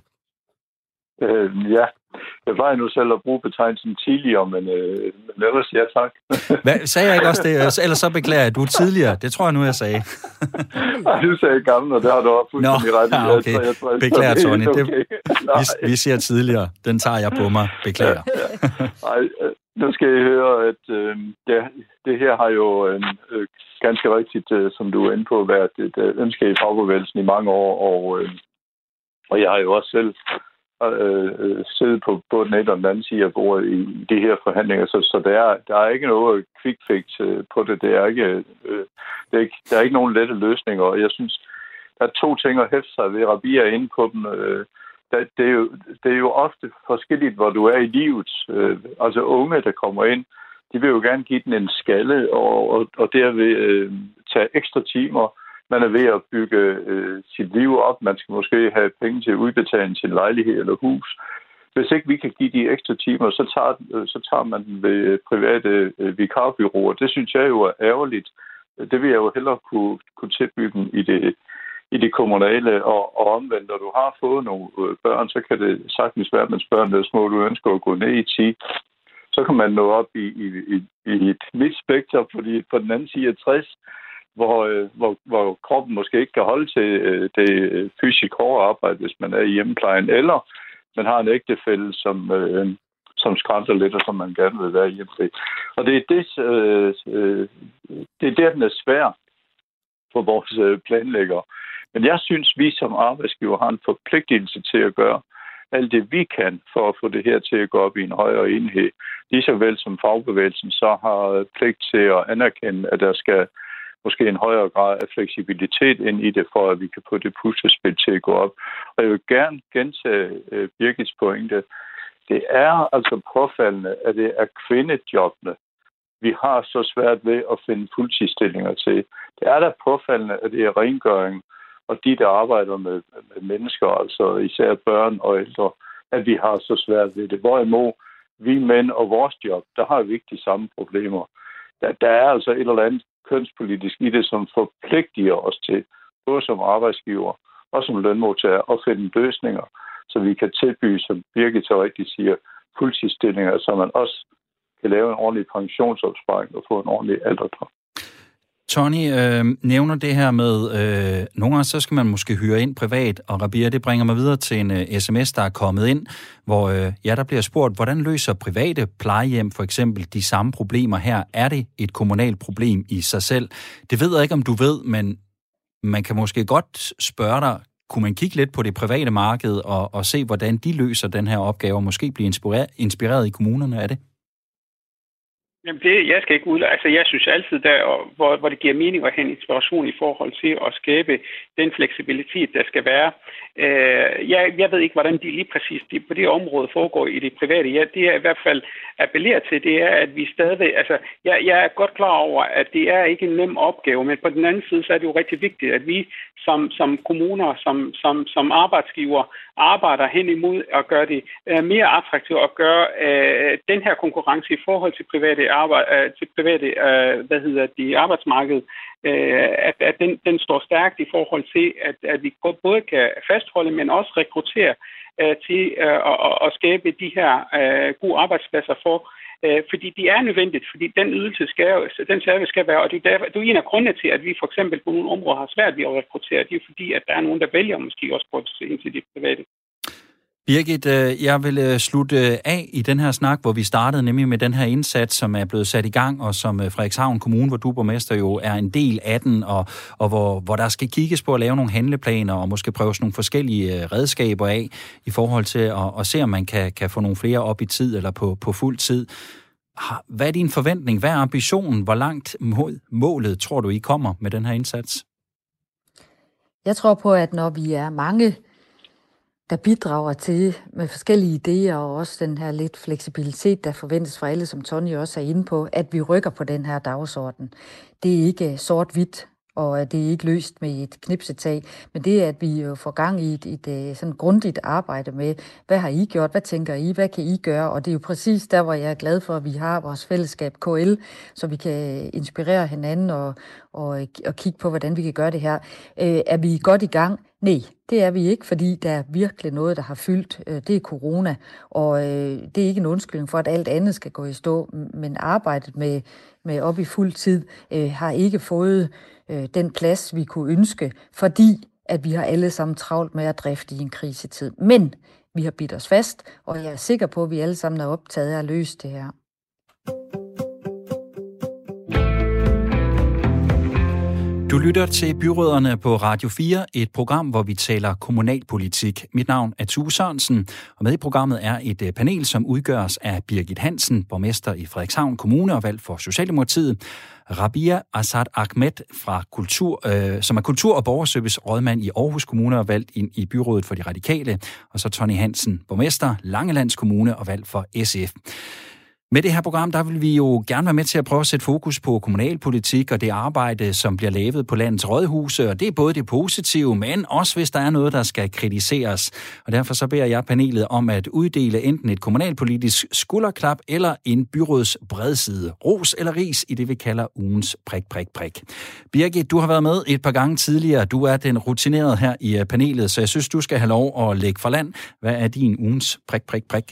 Øh, ja, jeg plejer nu selv at bruge betegnelsen tidligere, men, øh, men ellers ja tak. Hvad, sagde jeg ikke også det? Ellers så beklager jeg, at du er tidligere. Det tror jeg nu, jeg sagde. Nej, du sagde gammel, og det har du også fuldstændig ret i. Nå, okay. Jeg tror, jeg beklager, Tonni. Okay. Vi, vi siger tidligere. Den tager jeg på mig. Beklager. Nej, nu skal I høre, at øh, det, det her har jo øh, ganske rigtigt, øh, som du er inde på, været et øh, ønske i fagbevægelsen i mange år, og, øh, og jeg har jo også selv øh, siddet på både den ene og den anden side af bordet i, i de her forhandlinger, så, så der, er, der er ikke noget quick fix øh, på det. Det er ikke, øh, det er ikke, der er ikke nogen lette løsninger, og jeg synes, der er to ting at hæfte sig ved. Rabia er inde på dem. Øh, Det er, jo, det er jo ofte forskelligt, hvor du er i livet. Øh, altså unge, der kommer ind, de vil jo gerne give den en skalle, og, og, og derved øh, tage ekstra timer. Man er ved at bygge øh, sit liv op. Man skal måske have penge til at udbetale sin lejlighed eller hus. Hvis ikke vi kan give de ekstra timer, så tager, øh, så tager man den ved private øh, vikarbyråer. Det synes jeg jo er ærgerligt. Det vil jeg jo hellere kunne, kunne tilbyde dem i det i det kommunale, og, og omvendt, når du har fået nogle børn, så kan det sagtens være, at man spørger, hvis små du ønsker at gå ned i ti, så kan man nå op i, i, i, i et midt spektrum, fordi på den anden side af tres, hvor, hvor, hvor kroppen måske ikke kan holde til det fysisk hårde arbejde, hvis man er i hjemmeplejen, eller man har en ægtefælle, som, øh, som skrænder lidt, og som man gerne vil være hjemme. Og det er det, øh, det er der, den er svær for vores planlæggere. Men jeg synes, vi som arbejdsgiver har en forpligtelse til at gøre alt det, vi kan for at få det her til at gå op i en højere enhed. Lige så vel som fagbevægelsen så har pligt til at anerkende, at der skal måske en højere grad af fleksibilitet ind i det, for at vi kan få det puslespil til at gå op. Og jeg vil gerne gentage uh, Birgits pointe. Det er altså påfaldende, at det er kvindejobbene, vi har så svært ved at finde fuldtidsstillinger til. Det er da påfaldende, at det er rengøring, og de, der arbejder med, med mennesker, altså især børn og ældre, at vi har så svært ved det. Hvorimod vi mænd og vores job, der har vi ikke de samme problemer. Der, der er altså et eller andet kønspolitisk i det, som forpligtiger os til, både som arbejdsgiver og som lønmodtager, at finde løsninger, så vi kan tilbyde, som Birgit så rigtigt siger, fuldtidsstillinger, så man også kan lave en ordentlig pensionsopsparing og få en ordentlig alderdom. Tonni øh, nævner det her med, øh, nogle gange så skal man måske hyre ind privat, og Rabia, det bringer mig videre til en uh, sms, der er kommet ind, hvor øh, ja, der bliver spurgt, hvordan løser private plejehjem for eksempel de samme problemer her? Er det et kommunalt problem i sig selv? Det ved jeg ikke, om du ved, men man kan måske godt spørge dig, kunne man kigge lidt på det private marked og, og se, hvordan de løser den her opgave, og måske blive inspireret, inspireret i kommunerne af det? Jamen det, jeg skal ikke ud. Altså jeg synes altid, der, hvor, hvor det giver mening at have inspiration i forhold til at skabe den fleksibilitet, der skal være. Øh, jeg, jeg ved ikke, hvordan de lige præcis de, på det område foregår i det private. Ja, det jeg i hvert fald appellerer til, det er, at vi stadig... Altså, jeg, jeg er godt klar over, at det er ikke en nem opgave, men på den anden side, så er det jo rigtig vigtigt, at vi som, som kommuner, som, som, som arbejdsgiver, arbejder hen imod at gøre det uh, mere attraktivt at gøre uh, den her konkurrence i forhold til private arbejde, øh, til private øh, hvad hedder det, arbejdsmarked, øh, at, at den, den står stærkt i forhold til, at, at vi både kan fastholde, men også rekruttere øh, til øh, at, at skabe de her øh, gode arbejdspladser for. Øh, fordi det er nødvendigt, fordi den ydelse skal, den service skal være, og det er, derfor, det er en af grundene til, at vi for eksempel på nogle områder har svært ved at rekruttere. Det er fordi, at der er nogen, der vælger måske også på ind til de private. Birgit, jeg vil slutte af i den her snak, hvor vi startede nemlig med den her indsats, som er blevet sat i gang, og som Frederikshavn Kommune, hvor du borgmester jo er en del af den, og, og hvor, hvor der skal kigges på at lave nogle handleplaner, og måske prøves nogle forskellige redskaber af, i forhold til at, at se, om man kan, kan få nogle flere op i tid, eller på, på fuld tid. Hvad er din forventning? Hvad er ambitionen? Hvor langt mod målet tror du, I kommer med den her indsats? Jeg tror på, at når vi er mange, der bidrager til med forskellige idéer, og også den her lidt fleksibilitet, der forventes fra alle, som Tony også er inde på, at vi rykker på den her dagsorden. Det er ikke sort-hvidt, og det er ikke løst med et knipsetag, men det er, at vi jo får gang i et, et sådan grundigt arbejde med, hvad har I gjort, hvad tænker I, hvad kan I gøre, og det er jo præcis der, hvor jeg er glad for, at vi har vores fællesskab K L, så vi kan inspirere hinanden og, og, og kigge på, hvordan vi kan gøre det her. Øh, er vi godt i gang? Nej, det er vi ikke, fordi der er virkelig noget, der har fyldt. Det er corona, og det er ikke en undskyldning for, at alt andet skal gå i stå, men arbejdet med, med op i fuld tid har ikke fået den plads, vi kunne ønske, fordi at vi har alle sammen travlt med at drifte i en krisetid. Men vi har bidt os fast, og jeg er sikker på, at vi alle sammen er optaget af at løse det her. Du lytter til Byrødderne på Radio fire, et program, hvor vi taler kommunalpolitik. Mit navn er Tue Sørensen, og med i programmet er et panel, som udgøres af Birgit Hansen, borgmester i Frederikshavn Kommune og valgt for Socialdemokratiet, Rabia Azad Ahmed, fra Kultur, øh, som er kultur- og borgerservice-rådmand i Aarhus Kommune og valgt ind i byrådet for de radikale, og så Tony Hansen, borgmester, Langelands Kommune og valgt for S F. Med det her program, der vil vi jo gerne være med til at prøve at sætte fokus på kommunalpolitik og det arbejde, som bliver lavet på landets rådhuse, og det er både det positive, men også hvis der er noget, der skal kritiseres. Og derfor så beder jeg panelet om at uddele enten et kommunalpolitisk skulderklap eller en byråds bredside. Ros eller ris i det, vi kalder ugens prik, prik, prik. Birgit, du har været med et par gange tidligere. Du er den rutinerede her i panelet, så jeg synes, du skal have lov at lægge for land. Hvad er din ugens prik, prik, prik?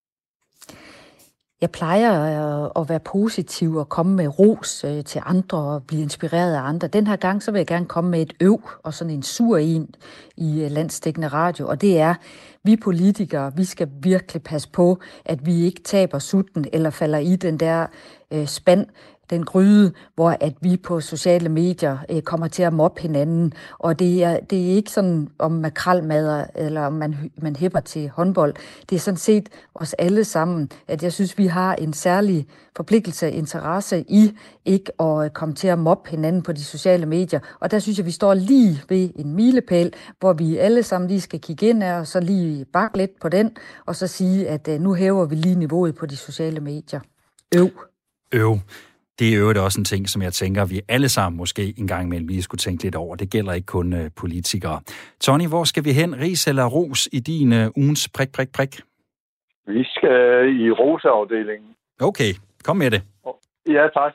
Jeg plejer at være positiv og komme med ros til andre og blive inspireret af andre. Den her gang så vil jeg gerne komme med et øv og sådan en sur en i landsdækkende radio, og det er, vi politikere, vi skal virkelig passe på, at vi ikke taber sutten eller falder i den der øh, spand, den gryde, hvor at vi på sociale medier øh, kommer til at mobbe hinanden. Og det er, det er ikke sådan om makrelmadder, eller om man, man hæpper til håndbold. Det er sådan set os alle sammen, at jeg synes, vi har en særlig forpligtelse og interesse i ikke at komme til at mobbe hinanden på de sociale medier. Og der synes jeg, vi står lige ved en milepæl, hvor vi alle sammen lige skal kigge ind af, og så lige bakke lidt på den, og så sige, at øh, nu hæver vi lige niveauet på de sociale medier. Øv. Øv. Det er jo også en ting, som jeg tænker, vi alle sammen måske en gang imellem lige skulle tænke lidt over. Det gælder ikke kun uh, politikere. Tony, hvor skal vi hen? Ris eller ros i din uh, ugens prik, prik, prik? Vi skal i roseafdelingen. Okay, kom med det. Ja, tak.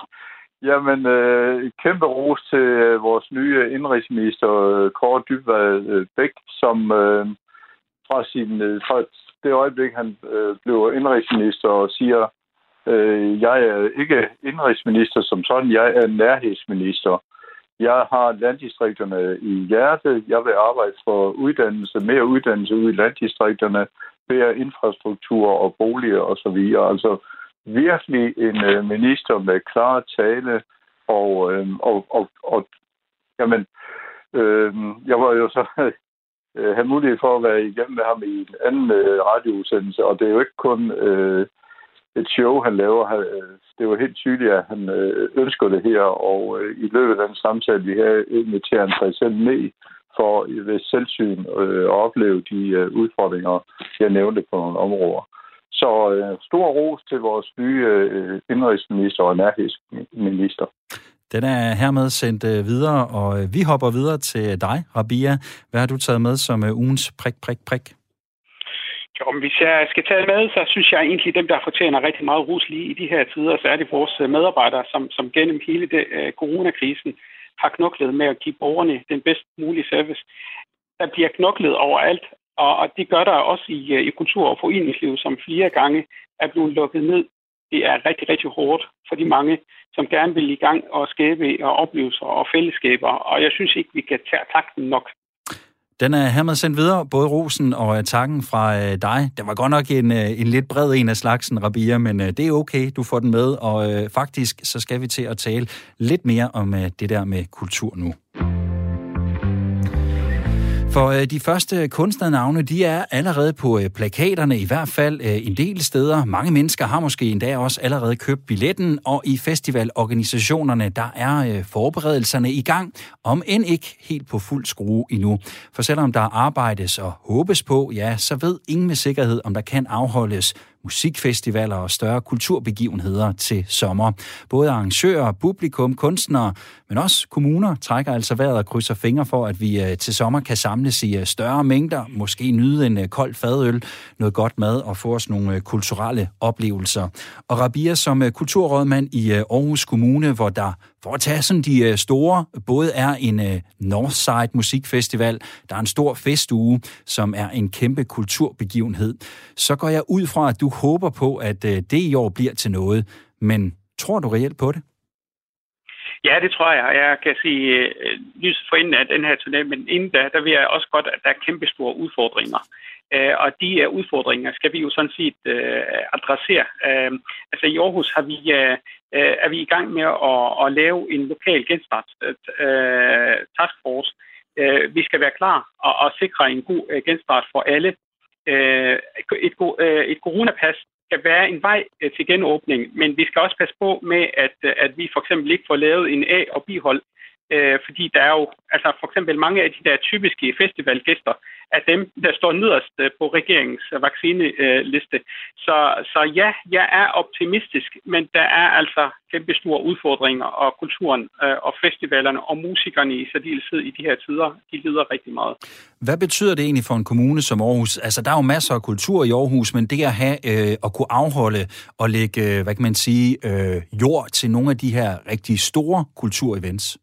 Jamen, øh, et kæmpe ros til øh, vores nye indrigsminister, øh, Kaare Dybvad øh, Bek, som øh, fra, sin, øh, fra det øjeblik, han øh, blev indrigsminister og siger, øh, jeg er ikke indrigsminister som sådan, jeg er nærhedsminister. Jeg har landdistrikterne i hjertet. Jeg vil arbejde for uddannelse, mere uddannelse ude i landdistrikterne, bedre infrastruktur og boliger osv. Altså virkelig en øh, minister med klar tale, og, øh, og, og, og jamen, øh, jeg var jo så øh, have mulighed for at være igennem med ham i en anden øh, radioudsendelse, og det er jo ikke kun øh, et show, han laver. Det var helt tydeligt, at han øh, ønsker det her, og øh, i løbet af den samtale, vi havde, inviterer han sig selv med for ved selvsyn øh, at opleve de øh, udfordringer, jeg nævnte på nogle områder. Så øh, stor ros til vores nye øh, indrigsminister og nærhedsminister. Den er hermed sendt øh, videre, og øh, vi hopper videre til dig, Rabia. Hvad har du taget med som øh, ugens prik, prik, prik? Jo, men hvis jeg skal tage med, så synes jeg egentlig, at dem, der fortjener rigtig meget ros lige i de her tider, så er det vores medarbejdere, som, som gennem hele det, uh, coronakrisen har knoklet med at give borgerne den bedst mulige service. Der bliver knoklet overalt, og, og det gør der også i, uh, i kultur- og foreningslivet, som flere gange er blevet lukket ned. Det er rigtig, rigtig hårdt for de mange, som gerne vil i gang og skabe og oplevelser og fællesskaber, og jeg synes ikke, vi kan tage takten nok. Den er hermed sendt videre, både rosen og takken fra øh, dig. Det var godt nok en, øh, en lidt bred en af slagsen, Rabia, men øh, det er okay, du får den med. Og øh, faktisk så skal vi til at tale lidt mere om øh, det der med kultur nu. For øh, de første kunstnernavne, de er allerede på øh, plakaterne, i hvert fald øh, en del steder. Mange mennesker har måske endda også allerede købt billetten, og i festivalorganisationerne, der er øh, forberedelserne i gang, om end ikke helt på fuld skrue endnu. For selvom der arbejdes og håbes på, ja, så ved ingen med sikkerhed, om der kan afholdes musikfestivaler og større kulturbegivenheder til sommer. Både arrangører, publikum, kunstnere, men også kommuner trækker altså vejret og krydser fingre for, at vi øh, til sommer kan samles i øh, større mængder, måske nyde en øh, kold fadøl, noget godt mad og få os nogle øh, kulturelle oplevelser. Og Rabia, som øh, kulturrådmand i øh, Aarhus Kommune, hvor der for at tage sådan de øh, store, både er en øh, Northside Musikfestival, der er en stor festuge, som er en kæmpe kulturbegivenhed, så går jeg ud fra, at du håber på, at øh, det i år bliver til noget. Men tror du reelt på det? Ja, det tror jeg. Jeg kan sige øh, lyset for enden af den her turné, men inden da, der vil jeg også godt, at der er kæmpe store udfordringer. Uh, og de uh, udfordringer skal vi jo sådan set uh, adressere. Uh, altså i Aarhus har vi, uh, uh, er vi i gang med at, at lave en lokal genstart uh, taskforce. Uh, vi skal være klar og, og sikre en god uh, genstart for alle. Uh, et, uh, et coronapas kan være en vej uh, til genåbning, men vi skal også passe på med, at, uh, at vi for eksempel ikke får lavet en A- og B-hold. Uh, fordi der er jo altså for eksempel mange af de der typiske festivalgæster af dem, der står nederst på regeringens vaccineliste. Så, så ja, jeg er optimistisk, men der er altså kæmpe store udfordringer, og kulturen og festivalerne og musikerne i særdeleshed i de her tider, de lider rigtig meget. Hvad betyder det egentlig for en kommune som Aarhus? Altså, der er jo masser af kultur i Aarhus, men det at have øh, at kunne afholde og lægge, hvad kan man sige, øh, jord til nogle af de her rigtig store kulturevents?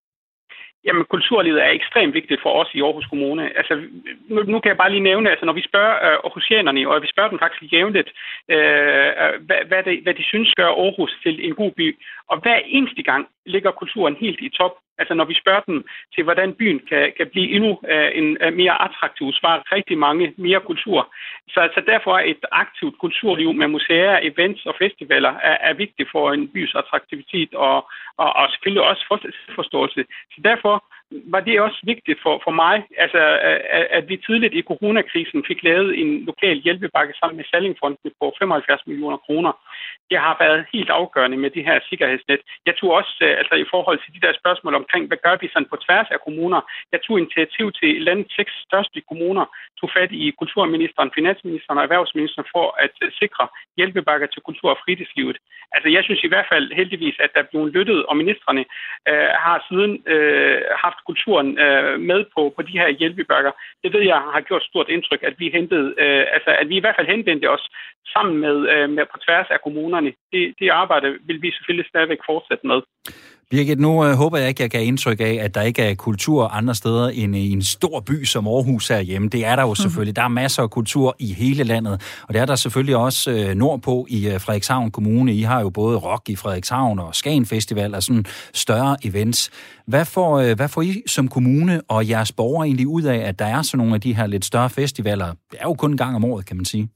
Jamen, kulturlivet er ekstremt vigtigt for os i Aarhus Kommune. Altså, nu, nu kan jeg bare lige nævne, altså når vi spørger øh, aarhusianerne, og vi spørger dem faktisk jævnligt, øh, hvad, hvad, det, hvad de synes gør Aarhus til en god by. Og hver eneste gang ligger kulturen helt i top. Altså når vi spørger dem til, hvordan byen kan, kan blive endnu uh, en, uh, mere attraktiv, svarer rigtig mange mere kultur. Så altså, derfor er et aktivt kulturliv med museer, events og festivaler er, er vigtigt for en bys attraktivitet og, og, og selvfølgelig også for, forståelse. Så derfor var det også vigtigt for, for mig, altså, at, at vi tidligt i coronakrisen fik lavet en lokal hjælpepakke sammen med Sallingfonden på femoghalvfjerds millioner kroner. Det har været helt afgørende med de her sikkerhedsnet. Jeg tog også, altså i forhold til de der spørgsmål omkring, hvad gør vi sådan på tværs af kommuner? Jeg tog initiativ til landets seks største kommuner, tog fat i kulturministeren, finansministeren og erhvervsministeren for at sikre hjælpepakker til kultur- og fritidslivet. Altså jeg synes i hvert fald heldigvis, at der er blevet lyttet, og ministerne øh, har siden øh, haft kulturen øh, med på, på de her hjælpepakker. Det ved jeg har gjort stort indtryk, at vi hentede, øh, altså at vi i hvert fald henvendte os sammen med, øh, med på tværs af kommunerne. Det, det arbejde vil vi selvfølgelig stadigvæk fortsætte med. Birgit, nu øh, håber jeg ikke, jeg gav indtryk af, at der ikke er kultur andre steder end i en stor by som Aarhus herhjemme. Det er der jo selvfølgelig. Der er masser af kultur i hele landet, og det er der selvfølgelig også øh, nordpå i øh, Frederikshavn Kommune. I har jo både rock i Frederikshavn og Skagen Festival og sådan større events. Hvad får, øh, hvad får I som kommune og jeres borgere egentlig ud af, at der er sådan nogle af de her lidt større festivaler? Det er jo kun en gang om året, kan man sige.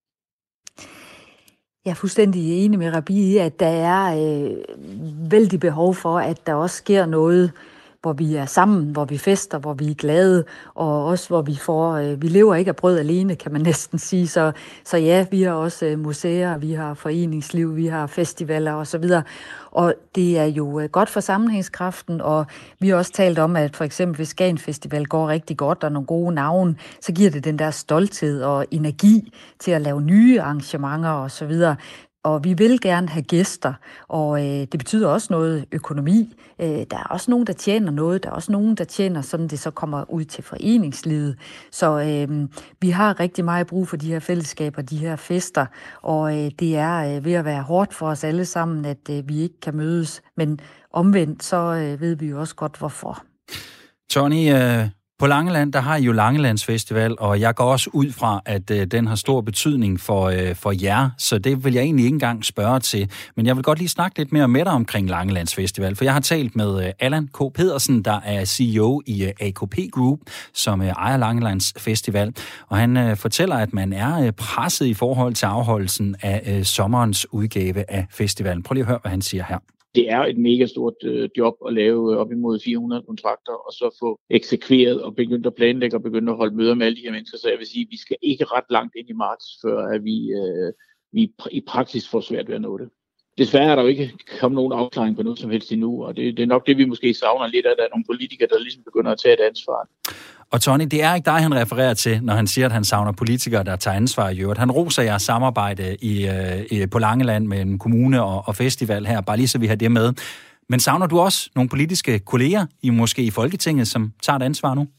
Jeg er fuldstændig enig med Rabi i, at der er øh, vældig behov for, at der også sker noget, hvor vi er sammen, hvor vi fester, hvor vi er glade, og også hvor vi får, øh, vi lever ikke af brød alene, kan man næsten sige. Så, så ja, vi har også øh, museer, vi har foreningsliv, vi har festivaler osv., og det er jo øh, godt for sammenhængskraften, og vi har også talt om, at for eksempel hvis Skagen Festival går rigtig godt, og nogle gode navne, så giver det den der stolthed og energi til at lave nye arrangementer osv., og vi vil gerne have gæster, og øh, det betyder også noget økonomi. Øh, der er også nogen, der tjener noget, der er også nogen, der tjener, sådan det så kommer ud til foreningslivet. Så øh, vi har rigtig meget brug for de her fællesskaber, de her fester, og øh, det er øh, ved at være hårdt for os alle sammen, at øh, vi ikke kan mødes, men omvendt, så øh, ved vi jo også godt, hvorfor. Tonni, øh, på Langeland, der har I jo Langelandsfestival, og jeg går også ud fra, at øh, den har stor betydning for, øh, for jer, så det vil jeg egentlig ikke engang spørge til. Men jeg vil godt lige snakke lidt mere med dig omkring Langelandsfestival, for jeg har talt med øh, Allan K. Pedersen, der er C E O i øh, A K P Group, som øh, ejer Langelandsfestival, og han øh, fortæller, at man er øh, presset i forhold til afholdelsen af øh, sommerens udgave af festivalen. Prøv lige at høre, hvad han siger her. Det er et mega stort øh, job at lave op imod fire hundrede kontrakter, og så få eksekveret og begyndt at planlægge og begyndt at holde møder med alle de her mennesker. Så jeg vil sige, at vi skal ikke ret langt ind i marts, før at vi, øh, vi i praksis får svært ved at nå det. Desværre er der jo ikke kommet nogen afklaring på noget som helst endnu, og det, det er nok det, vi måske savner lidt af, at der er nogle politikere, der ligesom begynder at tage et ansvar. Og Tonni, det er ikke dig, han refererer til, når han siger, at han savner politikere, der tager ansvar i øvrigt. Han roser jeres samarbejde i, øh, på Langeland med en kommune og, og festival her, bare lige så vi har det med. Men savner du også nogle politiske kolleger, i måske i Folketinget, som tager et ansvar nu?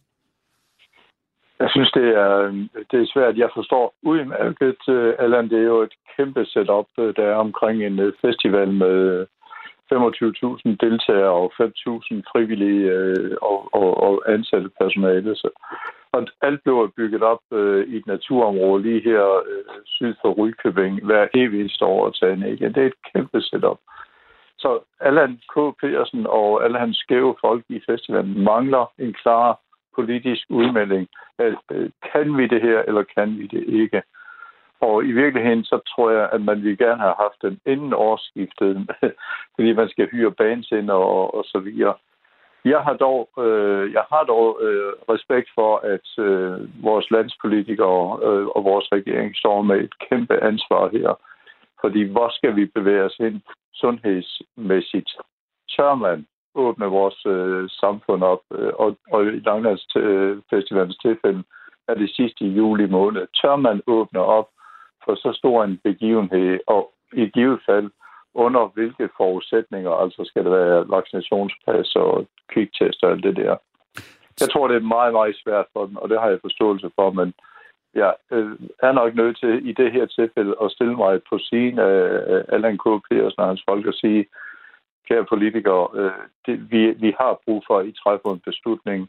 Jeg synes, det er, det er svært. Jeg forstår udmærket, Allan, det er jo et kæmpe setup, der er omkring en festival med femogtyve tusind deltagere og fem tusind frivillige øh, og, og, og ansatte personale. Så, og alt blev bygget op øh, i et naturområde lige her øh, syd for Rudkøbing hver evigste år at tage ned. Det er et kæmpe setup. Så Allan K. Pedersen og alle hans skæve folk i festivalen mangler en klar politisk udmelding. At, øh, kan vi det her, eller kan vi det ikke? Og i virkeligheden, så tror jeg, at man ville gerne have haft den inden årsskiftet, fordi man skal hyre bands ind og, og så videre. Jeg har dog, øh, jeg har dog øh, respekt for, at øh, vores landspolitikere øh, og vores regering står med et kæmpe ansvar her. Fordi hvor skal vi bevæge os hen sundhedsmæssigt? Tør man åbne vores øh, samfund op, øh, og, og i Langelandsfestivalens tilfælde er det sidste i juli måned. Tør man åbne op for så stor en begivenhed, og i givet fald under hvilke forudsætninger, altså skal det være vaccinationspas og kviktest og alt det der. Jeg tror, det er meget, meget svært for dem, og det har jeg forståelse for, men jeg øh, er nok nødt til i det her tilfælde at stille mig på siden af Allan K. Pedersen og hans folk og sige, kære politikere, øh, det, vi, vi har brug for, at I træffer en beslutning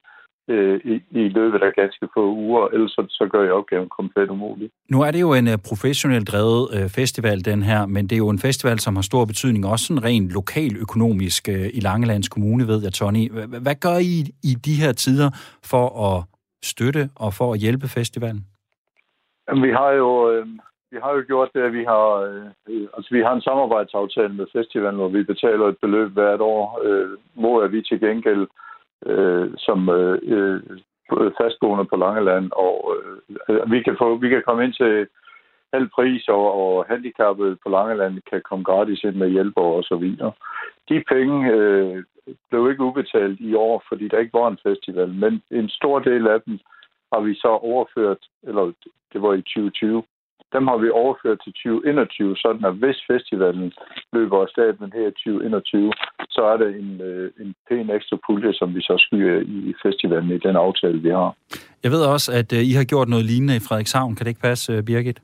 I, i løbet af ganske få uger, ellers så, så gør jeg opgaven komplet umulig. Nu er det jo en uh, professionelt drevet uh, festival, den her, men det er jo en festival, som har stor betydning, også sådan rent lokaløkonomisk uh, i Langelands Kommune, ved jeg, Tonni. H- hvad gør I i de her tider for at støtte og for at hjælpe festivalen? Jamen, vi har jo øh, vi har jo gjort det, at vi har øh, altså vi har en samarbejdsaftale med festivalen, hvor vi betaler et beløb hvert år, øh, hvor er vi til gengæld Øh, som øh, fastboende på Langeland, og øh, vi kan få, vi kan komme ind til halv pris, og, og handicappede på Langeland kan komme gratis ind med hjælper og så videre. De penge øh, blev ikke udbetalt i år, fordi der ikke var en festival, men en stor del af dem har vi så overført, eller det var i tyve tyve, dem har vi overført til tyve enogtyve, sådan at hvis festivalen løber af stablen her i tyve enogtyve, så er det en, en pæn ekstra pulje, som vi så skyer i festivalen i den aftale, vi har. Jeg ved også, at I har gjort noget lignende i Frederikshavn. Kan det ikke passe, Birgit?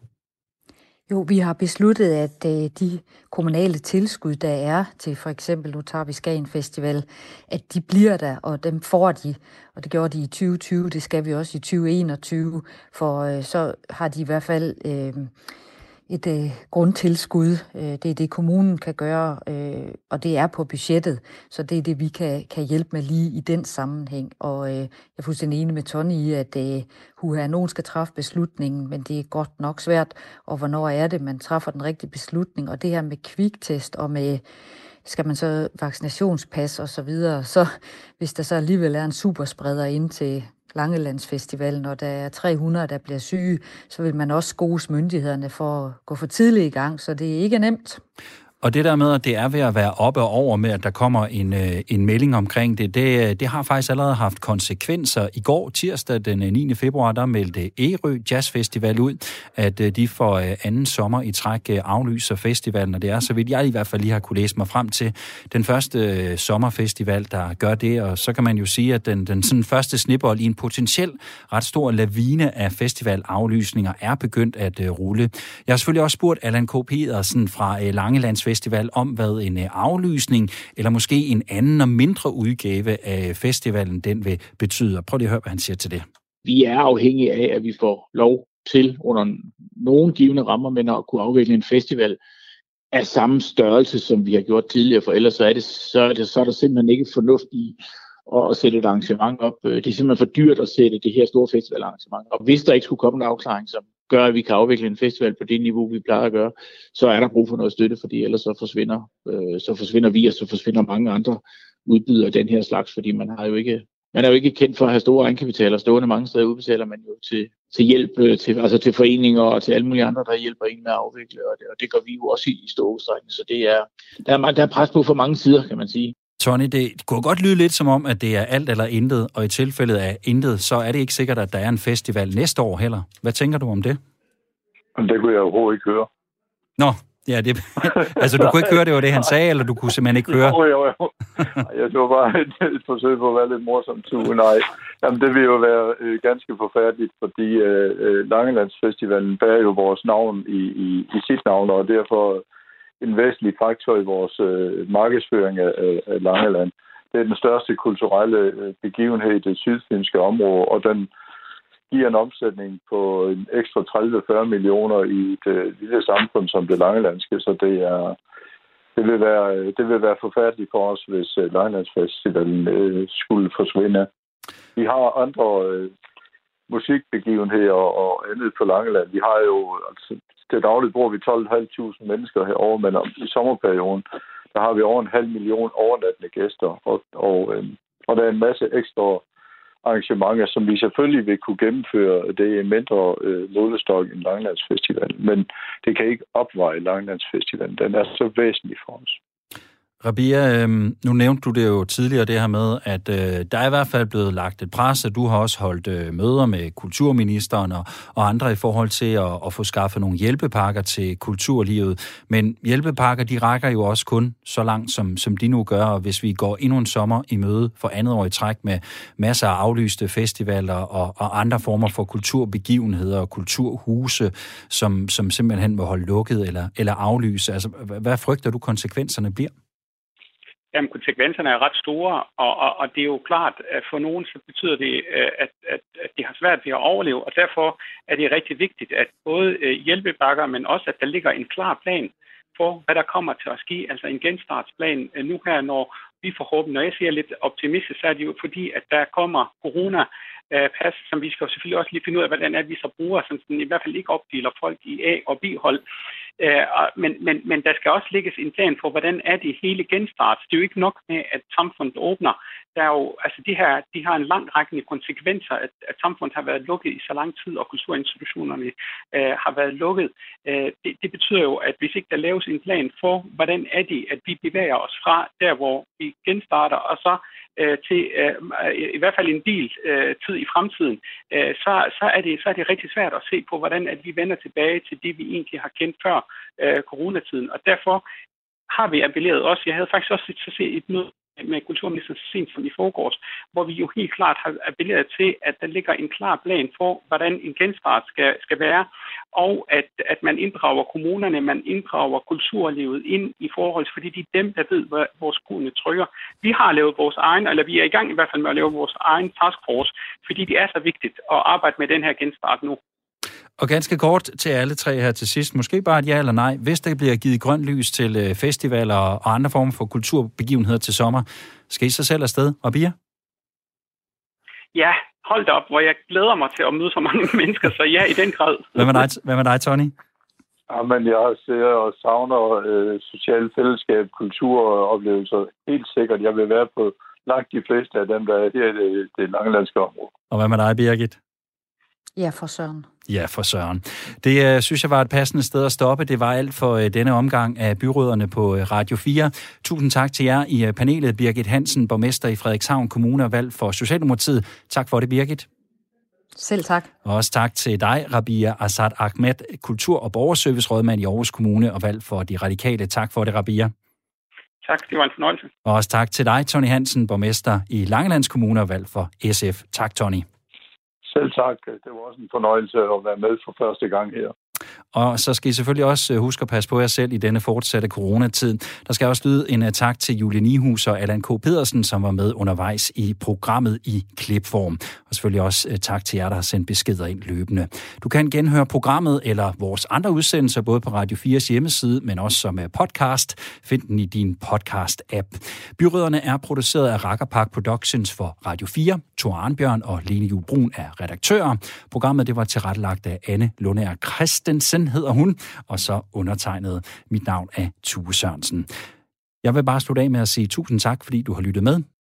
Jo, vi har besluttet, at øh, de kommunale tilskud, der er til for eksempel, nu tager vi Skagen Festival, at de bliver der, og dem får de, og det gjorde de i tyve tyve, det skal vi også i tyve enogtyve, for øh, så har de i hvert fald øh, et øh, grundtilskud. Øh, det er det, kommunen kan gøre, øh, og det er på budgettet, så det er det, vi kan, kan hjælpe med lige i den sammenhæng. Og øh, jeg er fuldstændig enig med Tonni i, at øh, huha, nogen skal træffe beslutningen, men det er godt nok svært, og hvornår er det, man træffer den rigtige beslutning, og det her med kviktest og med skal man så vaccinationspas og så videre, så hvis der så alligevel er en superspreder ind til Langelandsfestivalen, og der er tre hundrede, der bliver syge, så vil man også skose myndighederne for at gå for tidligt i gang, så det er ikke nemt. Og det der med, at det er ved at være oppe og over med, at der kommer en, en melding omkring det, det, det har faktisk allerede haft konsekvenser. I går tirsdag den niende februar, der meldte Ærø Jazz Festival ud, at de for anden sommer i træk aflyser festivalen, og det er, så vidt jeg i hvert fald lige har kunne læse mig frem til, den første sommerfestival, der gør det, og så kan man jo sige, at den, den sådan første snebold i en potentiel ret stor lavine af festivalaflysninger er begyndt at uh, rulle. Jeg har selvfølgelig også spurgt Allan K. Pedersen fra uh, Langelands Festival om, hvad en uh, aflysning, eller måske en anden og mindre udgave af festivalen, den vil betyde. Prøv lige at høre, hvad han siger til det. Vi er afhængige af, at vi får lov til under nogle givne rammer, men at kunne afvikle en festival af samme størrelse, som vi har gjort tidligere, for ellers så er, det, så er, det, så er der simpelthen ikke fornuft i at sætte et arrangement op. Det er simpelthen for dyrt at sætte det her store festivalarrangement op. Hvis der ikke skulle komme en afklaring, som gør, at vi kan afvikle en festival på det niveau, vi plejer at gøre, så er der brug for noget støtte, fordi ellers så forsvinder, øh, så forsvinder vi, og så forsvinder mange andre udbydere af den her slags, fordi man har jo ikke Man er jo ikke kendt for at have store egenkapitaler stående mange steder, udbetaler man jo til, til hjælp, til, altså til foreninger og til alle mulige andre, der hjælper en med at afvikle, og det, og det gør vi jo også i, i stor udstrækning. Så det er, der, er, der er pres på for mange sider, kan man sige. Tony, det kunne godt lyde lidt som om, at det er alt eller intet, og i tilfældet af intet, så er det ikke sikkert, at der er en festival næste år heller. Hvad tænker du om det? Det kunne jeg overhovedet ikke høre. Nå, ja, det, altså du kunne ikke høre, det var det, han sagde, eller du kunne simpelthen ikke høre? Jo, jo, jo. Jeg tror bare et, et forsøg på at være lidt morsomt. Nej, jamen, det vil jo være øh, ganske forfærdeligt, fordi øh, Langelandsfestivalen bærer jo vores navn i, i, i sit navn, og derfor en væsentlig faktor i vores øh, markedsføring af, af Langeland. Det er den største kulturelle øh, begivenhed i det sydfynske område, og den giver en omsætning på en ekstra tredive til fyrre millioner i et øh, lille samfund som det langelandske, så det er det vil være det vil være forfærdeligt for os, hvis øh, Langelandsfestivalen øh, skulle forsvinde. Vi har andre øh, musikbegivenheder og andet på Langeland. Vi har jo altså til dagligt bor vi tolv tusind fem hundrede mennesker herovre, men om, i sommerperioden der har vi over en halv million overnattende gæster, og og, øh, og der er en masse ekstra arrangementer, som vi selvfølgelig vil kunne gennemføre. Det er mindre øh, målestok end Langelandsfestival, men det kan ikke opveje Langelandsfestivalen. Den er så væsentlig for os. Rabia, øh, nu nævnte du det jo tidligere, det her med, at øh, der er i hvert fald blevet lagt et pres, at du har også holdt øh, møder med kulturministeren og, og andre i forhold til at, at få skaffet nogle hjælpepakker til kulturlivet. Men hjælpepakker, de rækker jo også kun så langt, som, som de nu gør, og hvis vi går endnu en sommer i møde for andet år i træk med masser af aflyste festivaler og, og andre former for kulturbegivenheder og kulturhuse, som, som simpelthen må holde lukket eller, eller aflyse. Altså, hvad frygter du konsekvenserne bliver? Jamen, konsekvenserne er ret store, og, og, og det er jo klart, at for nogen så betyder det, at, at, at de har svært ved at overleve, og derfor er det rigtig vigtigt, at både hjælpepakker, men også at der ligger en klar plan for, hvad der kommer til at ske, altså en genstartsplan nu her, når vi forhåbentlig, når jeg siger lidt optimistisk, så er det jo fordi, at der kommer corona pas, som vi skal selvfølgelig også lige finde ud af, hvordan er vi så bruger, som sådan i hvert fald ikke opdeler folk i A- og B-hold. Uh, men, men, men der skal også lægges en plan for, hvordan er det hele genstart. Det er jo ikke nok med, at samfundet åbner. Der er jo, altså de her, de har en lang række konsekvenser, at, at samfundet har været lukket i så lang tid, og kulturinstitutionerne uh, har været lukket. Uh, det, det betyder jo, at hvis ikke der laves en plan for, hvordan er det, at vi bevæger os fra der, hvor vi genstarter, og så uh, til uh, i hvert fald en del uh, tid i fremtiden, uh, så, så, er det, så er det rigtig svært at se på, hvordan at vi vender tilbage til det, vi egentlig har kendt før Øh, coronatiden, og derfor har vi appelleret også. Jeg havde faktisk også set et møde med kulturministeren så sent som i forgårs, hvor vi jo helt klart har appelleret til, at der ligger en klar plan for, hvordan en genstart skal, skal være, og at, at man inddrager kommunerne, man inddrager kulturlivet ind i forhold, fordi det er dem, der ved, hvor, hvor skoene trykker. Vi har lavet vores egen, eller vi er i gang i hvert fald med at lave vores egen taskforce, fordi det er så vigtigt at arbejde med den her genstart nu. Og ganske kort til alle tre her til sidst, måske bare et ja eller nej. Hvis der bliver givet grønt lys til festivaler og andre former for kulturbegivenheder til sommer, skal I så selv afsted? Og Bia? Ja, hold da op, hvor jeg glæder mig til at møde så mange mennesker, så ja, i den grad. Hvad med dig, Hvad med dig Tony? Jamen, jeg ser og savner øh, socialt fællesskab, kulturoplevelser. Helt sikkert, jeg vil være på langt de fleste af dem, der er her i det, det langelandske område. Og hvad med dig, Birgit? Ja, for søren. Ja, for søren. Det uh, synes jeg var et passende sted at stoppe. Det var alt for uh, denne omgang af Byrødderne på uh, Radio fire. Tusind tak til jer i uh, panelet. Birgit Hansen, borgmester i Frederikshavn Kommune og valgt for Socialdemokratiet. Tak for det, Birgit. Selv tak. Og også tak til dig, Rabia Azad Ahmed, kultur- og borgerservicerådmand i Aarhus Kommune og valgt for De Radikale. Tak for det, Rabia. Tak, det var en fornøjelse. Og også tak til dig, Tony Hansen, borgmester i Langelands Kommune og valgt for S F. Tak, Tony. Selv tak. Det var også en fornøjelse at være med for første gang her. Og så skal I selvfølgelig også huske at passe på jer selv i denne fortsatte coronatid. Der skal også lyde en tak til Julie Nihus og Allan K. Pedersen, som var med undervejs i programmet i klipform. Og selvfølgelig også tak til jer, der har sendt beskeder ind løbende. Du kan genhøre programmet eller vores andre udsendelser, både på Radio fires hjemmeside, men også som podcast. Find den i din podcast-app. Byrødderne er produceret af Rakkerpark Productions for Radio fire. Thor Arnbjørn og Lene Juhl Brun er redaktører. Programmet det var tilrettelagt af Anne Lundager Christensen, hedder hun, og så undertegnet. Mit navn er Tue Sørensen. Jeg vil bare slutte af med at sige tusind tak, fordi du har lyttet med.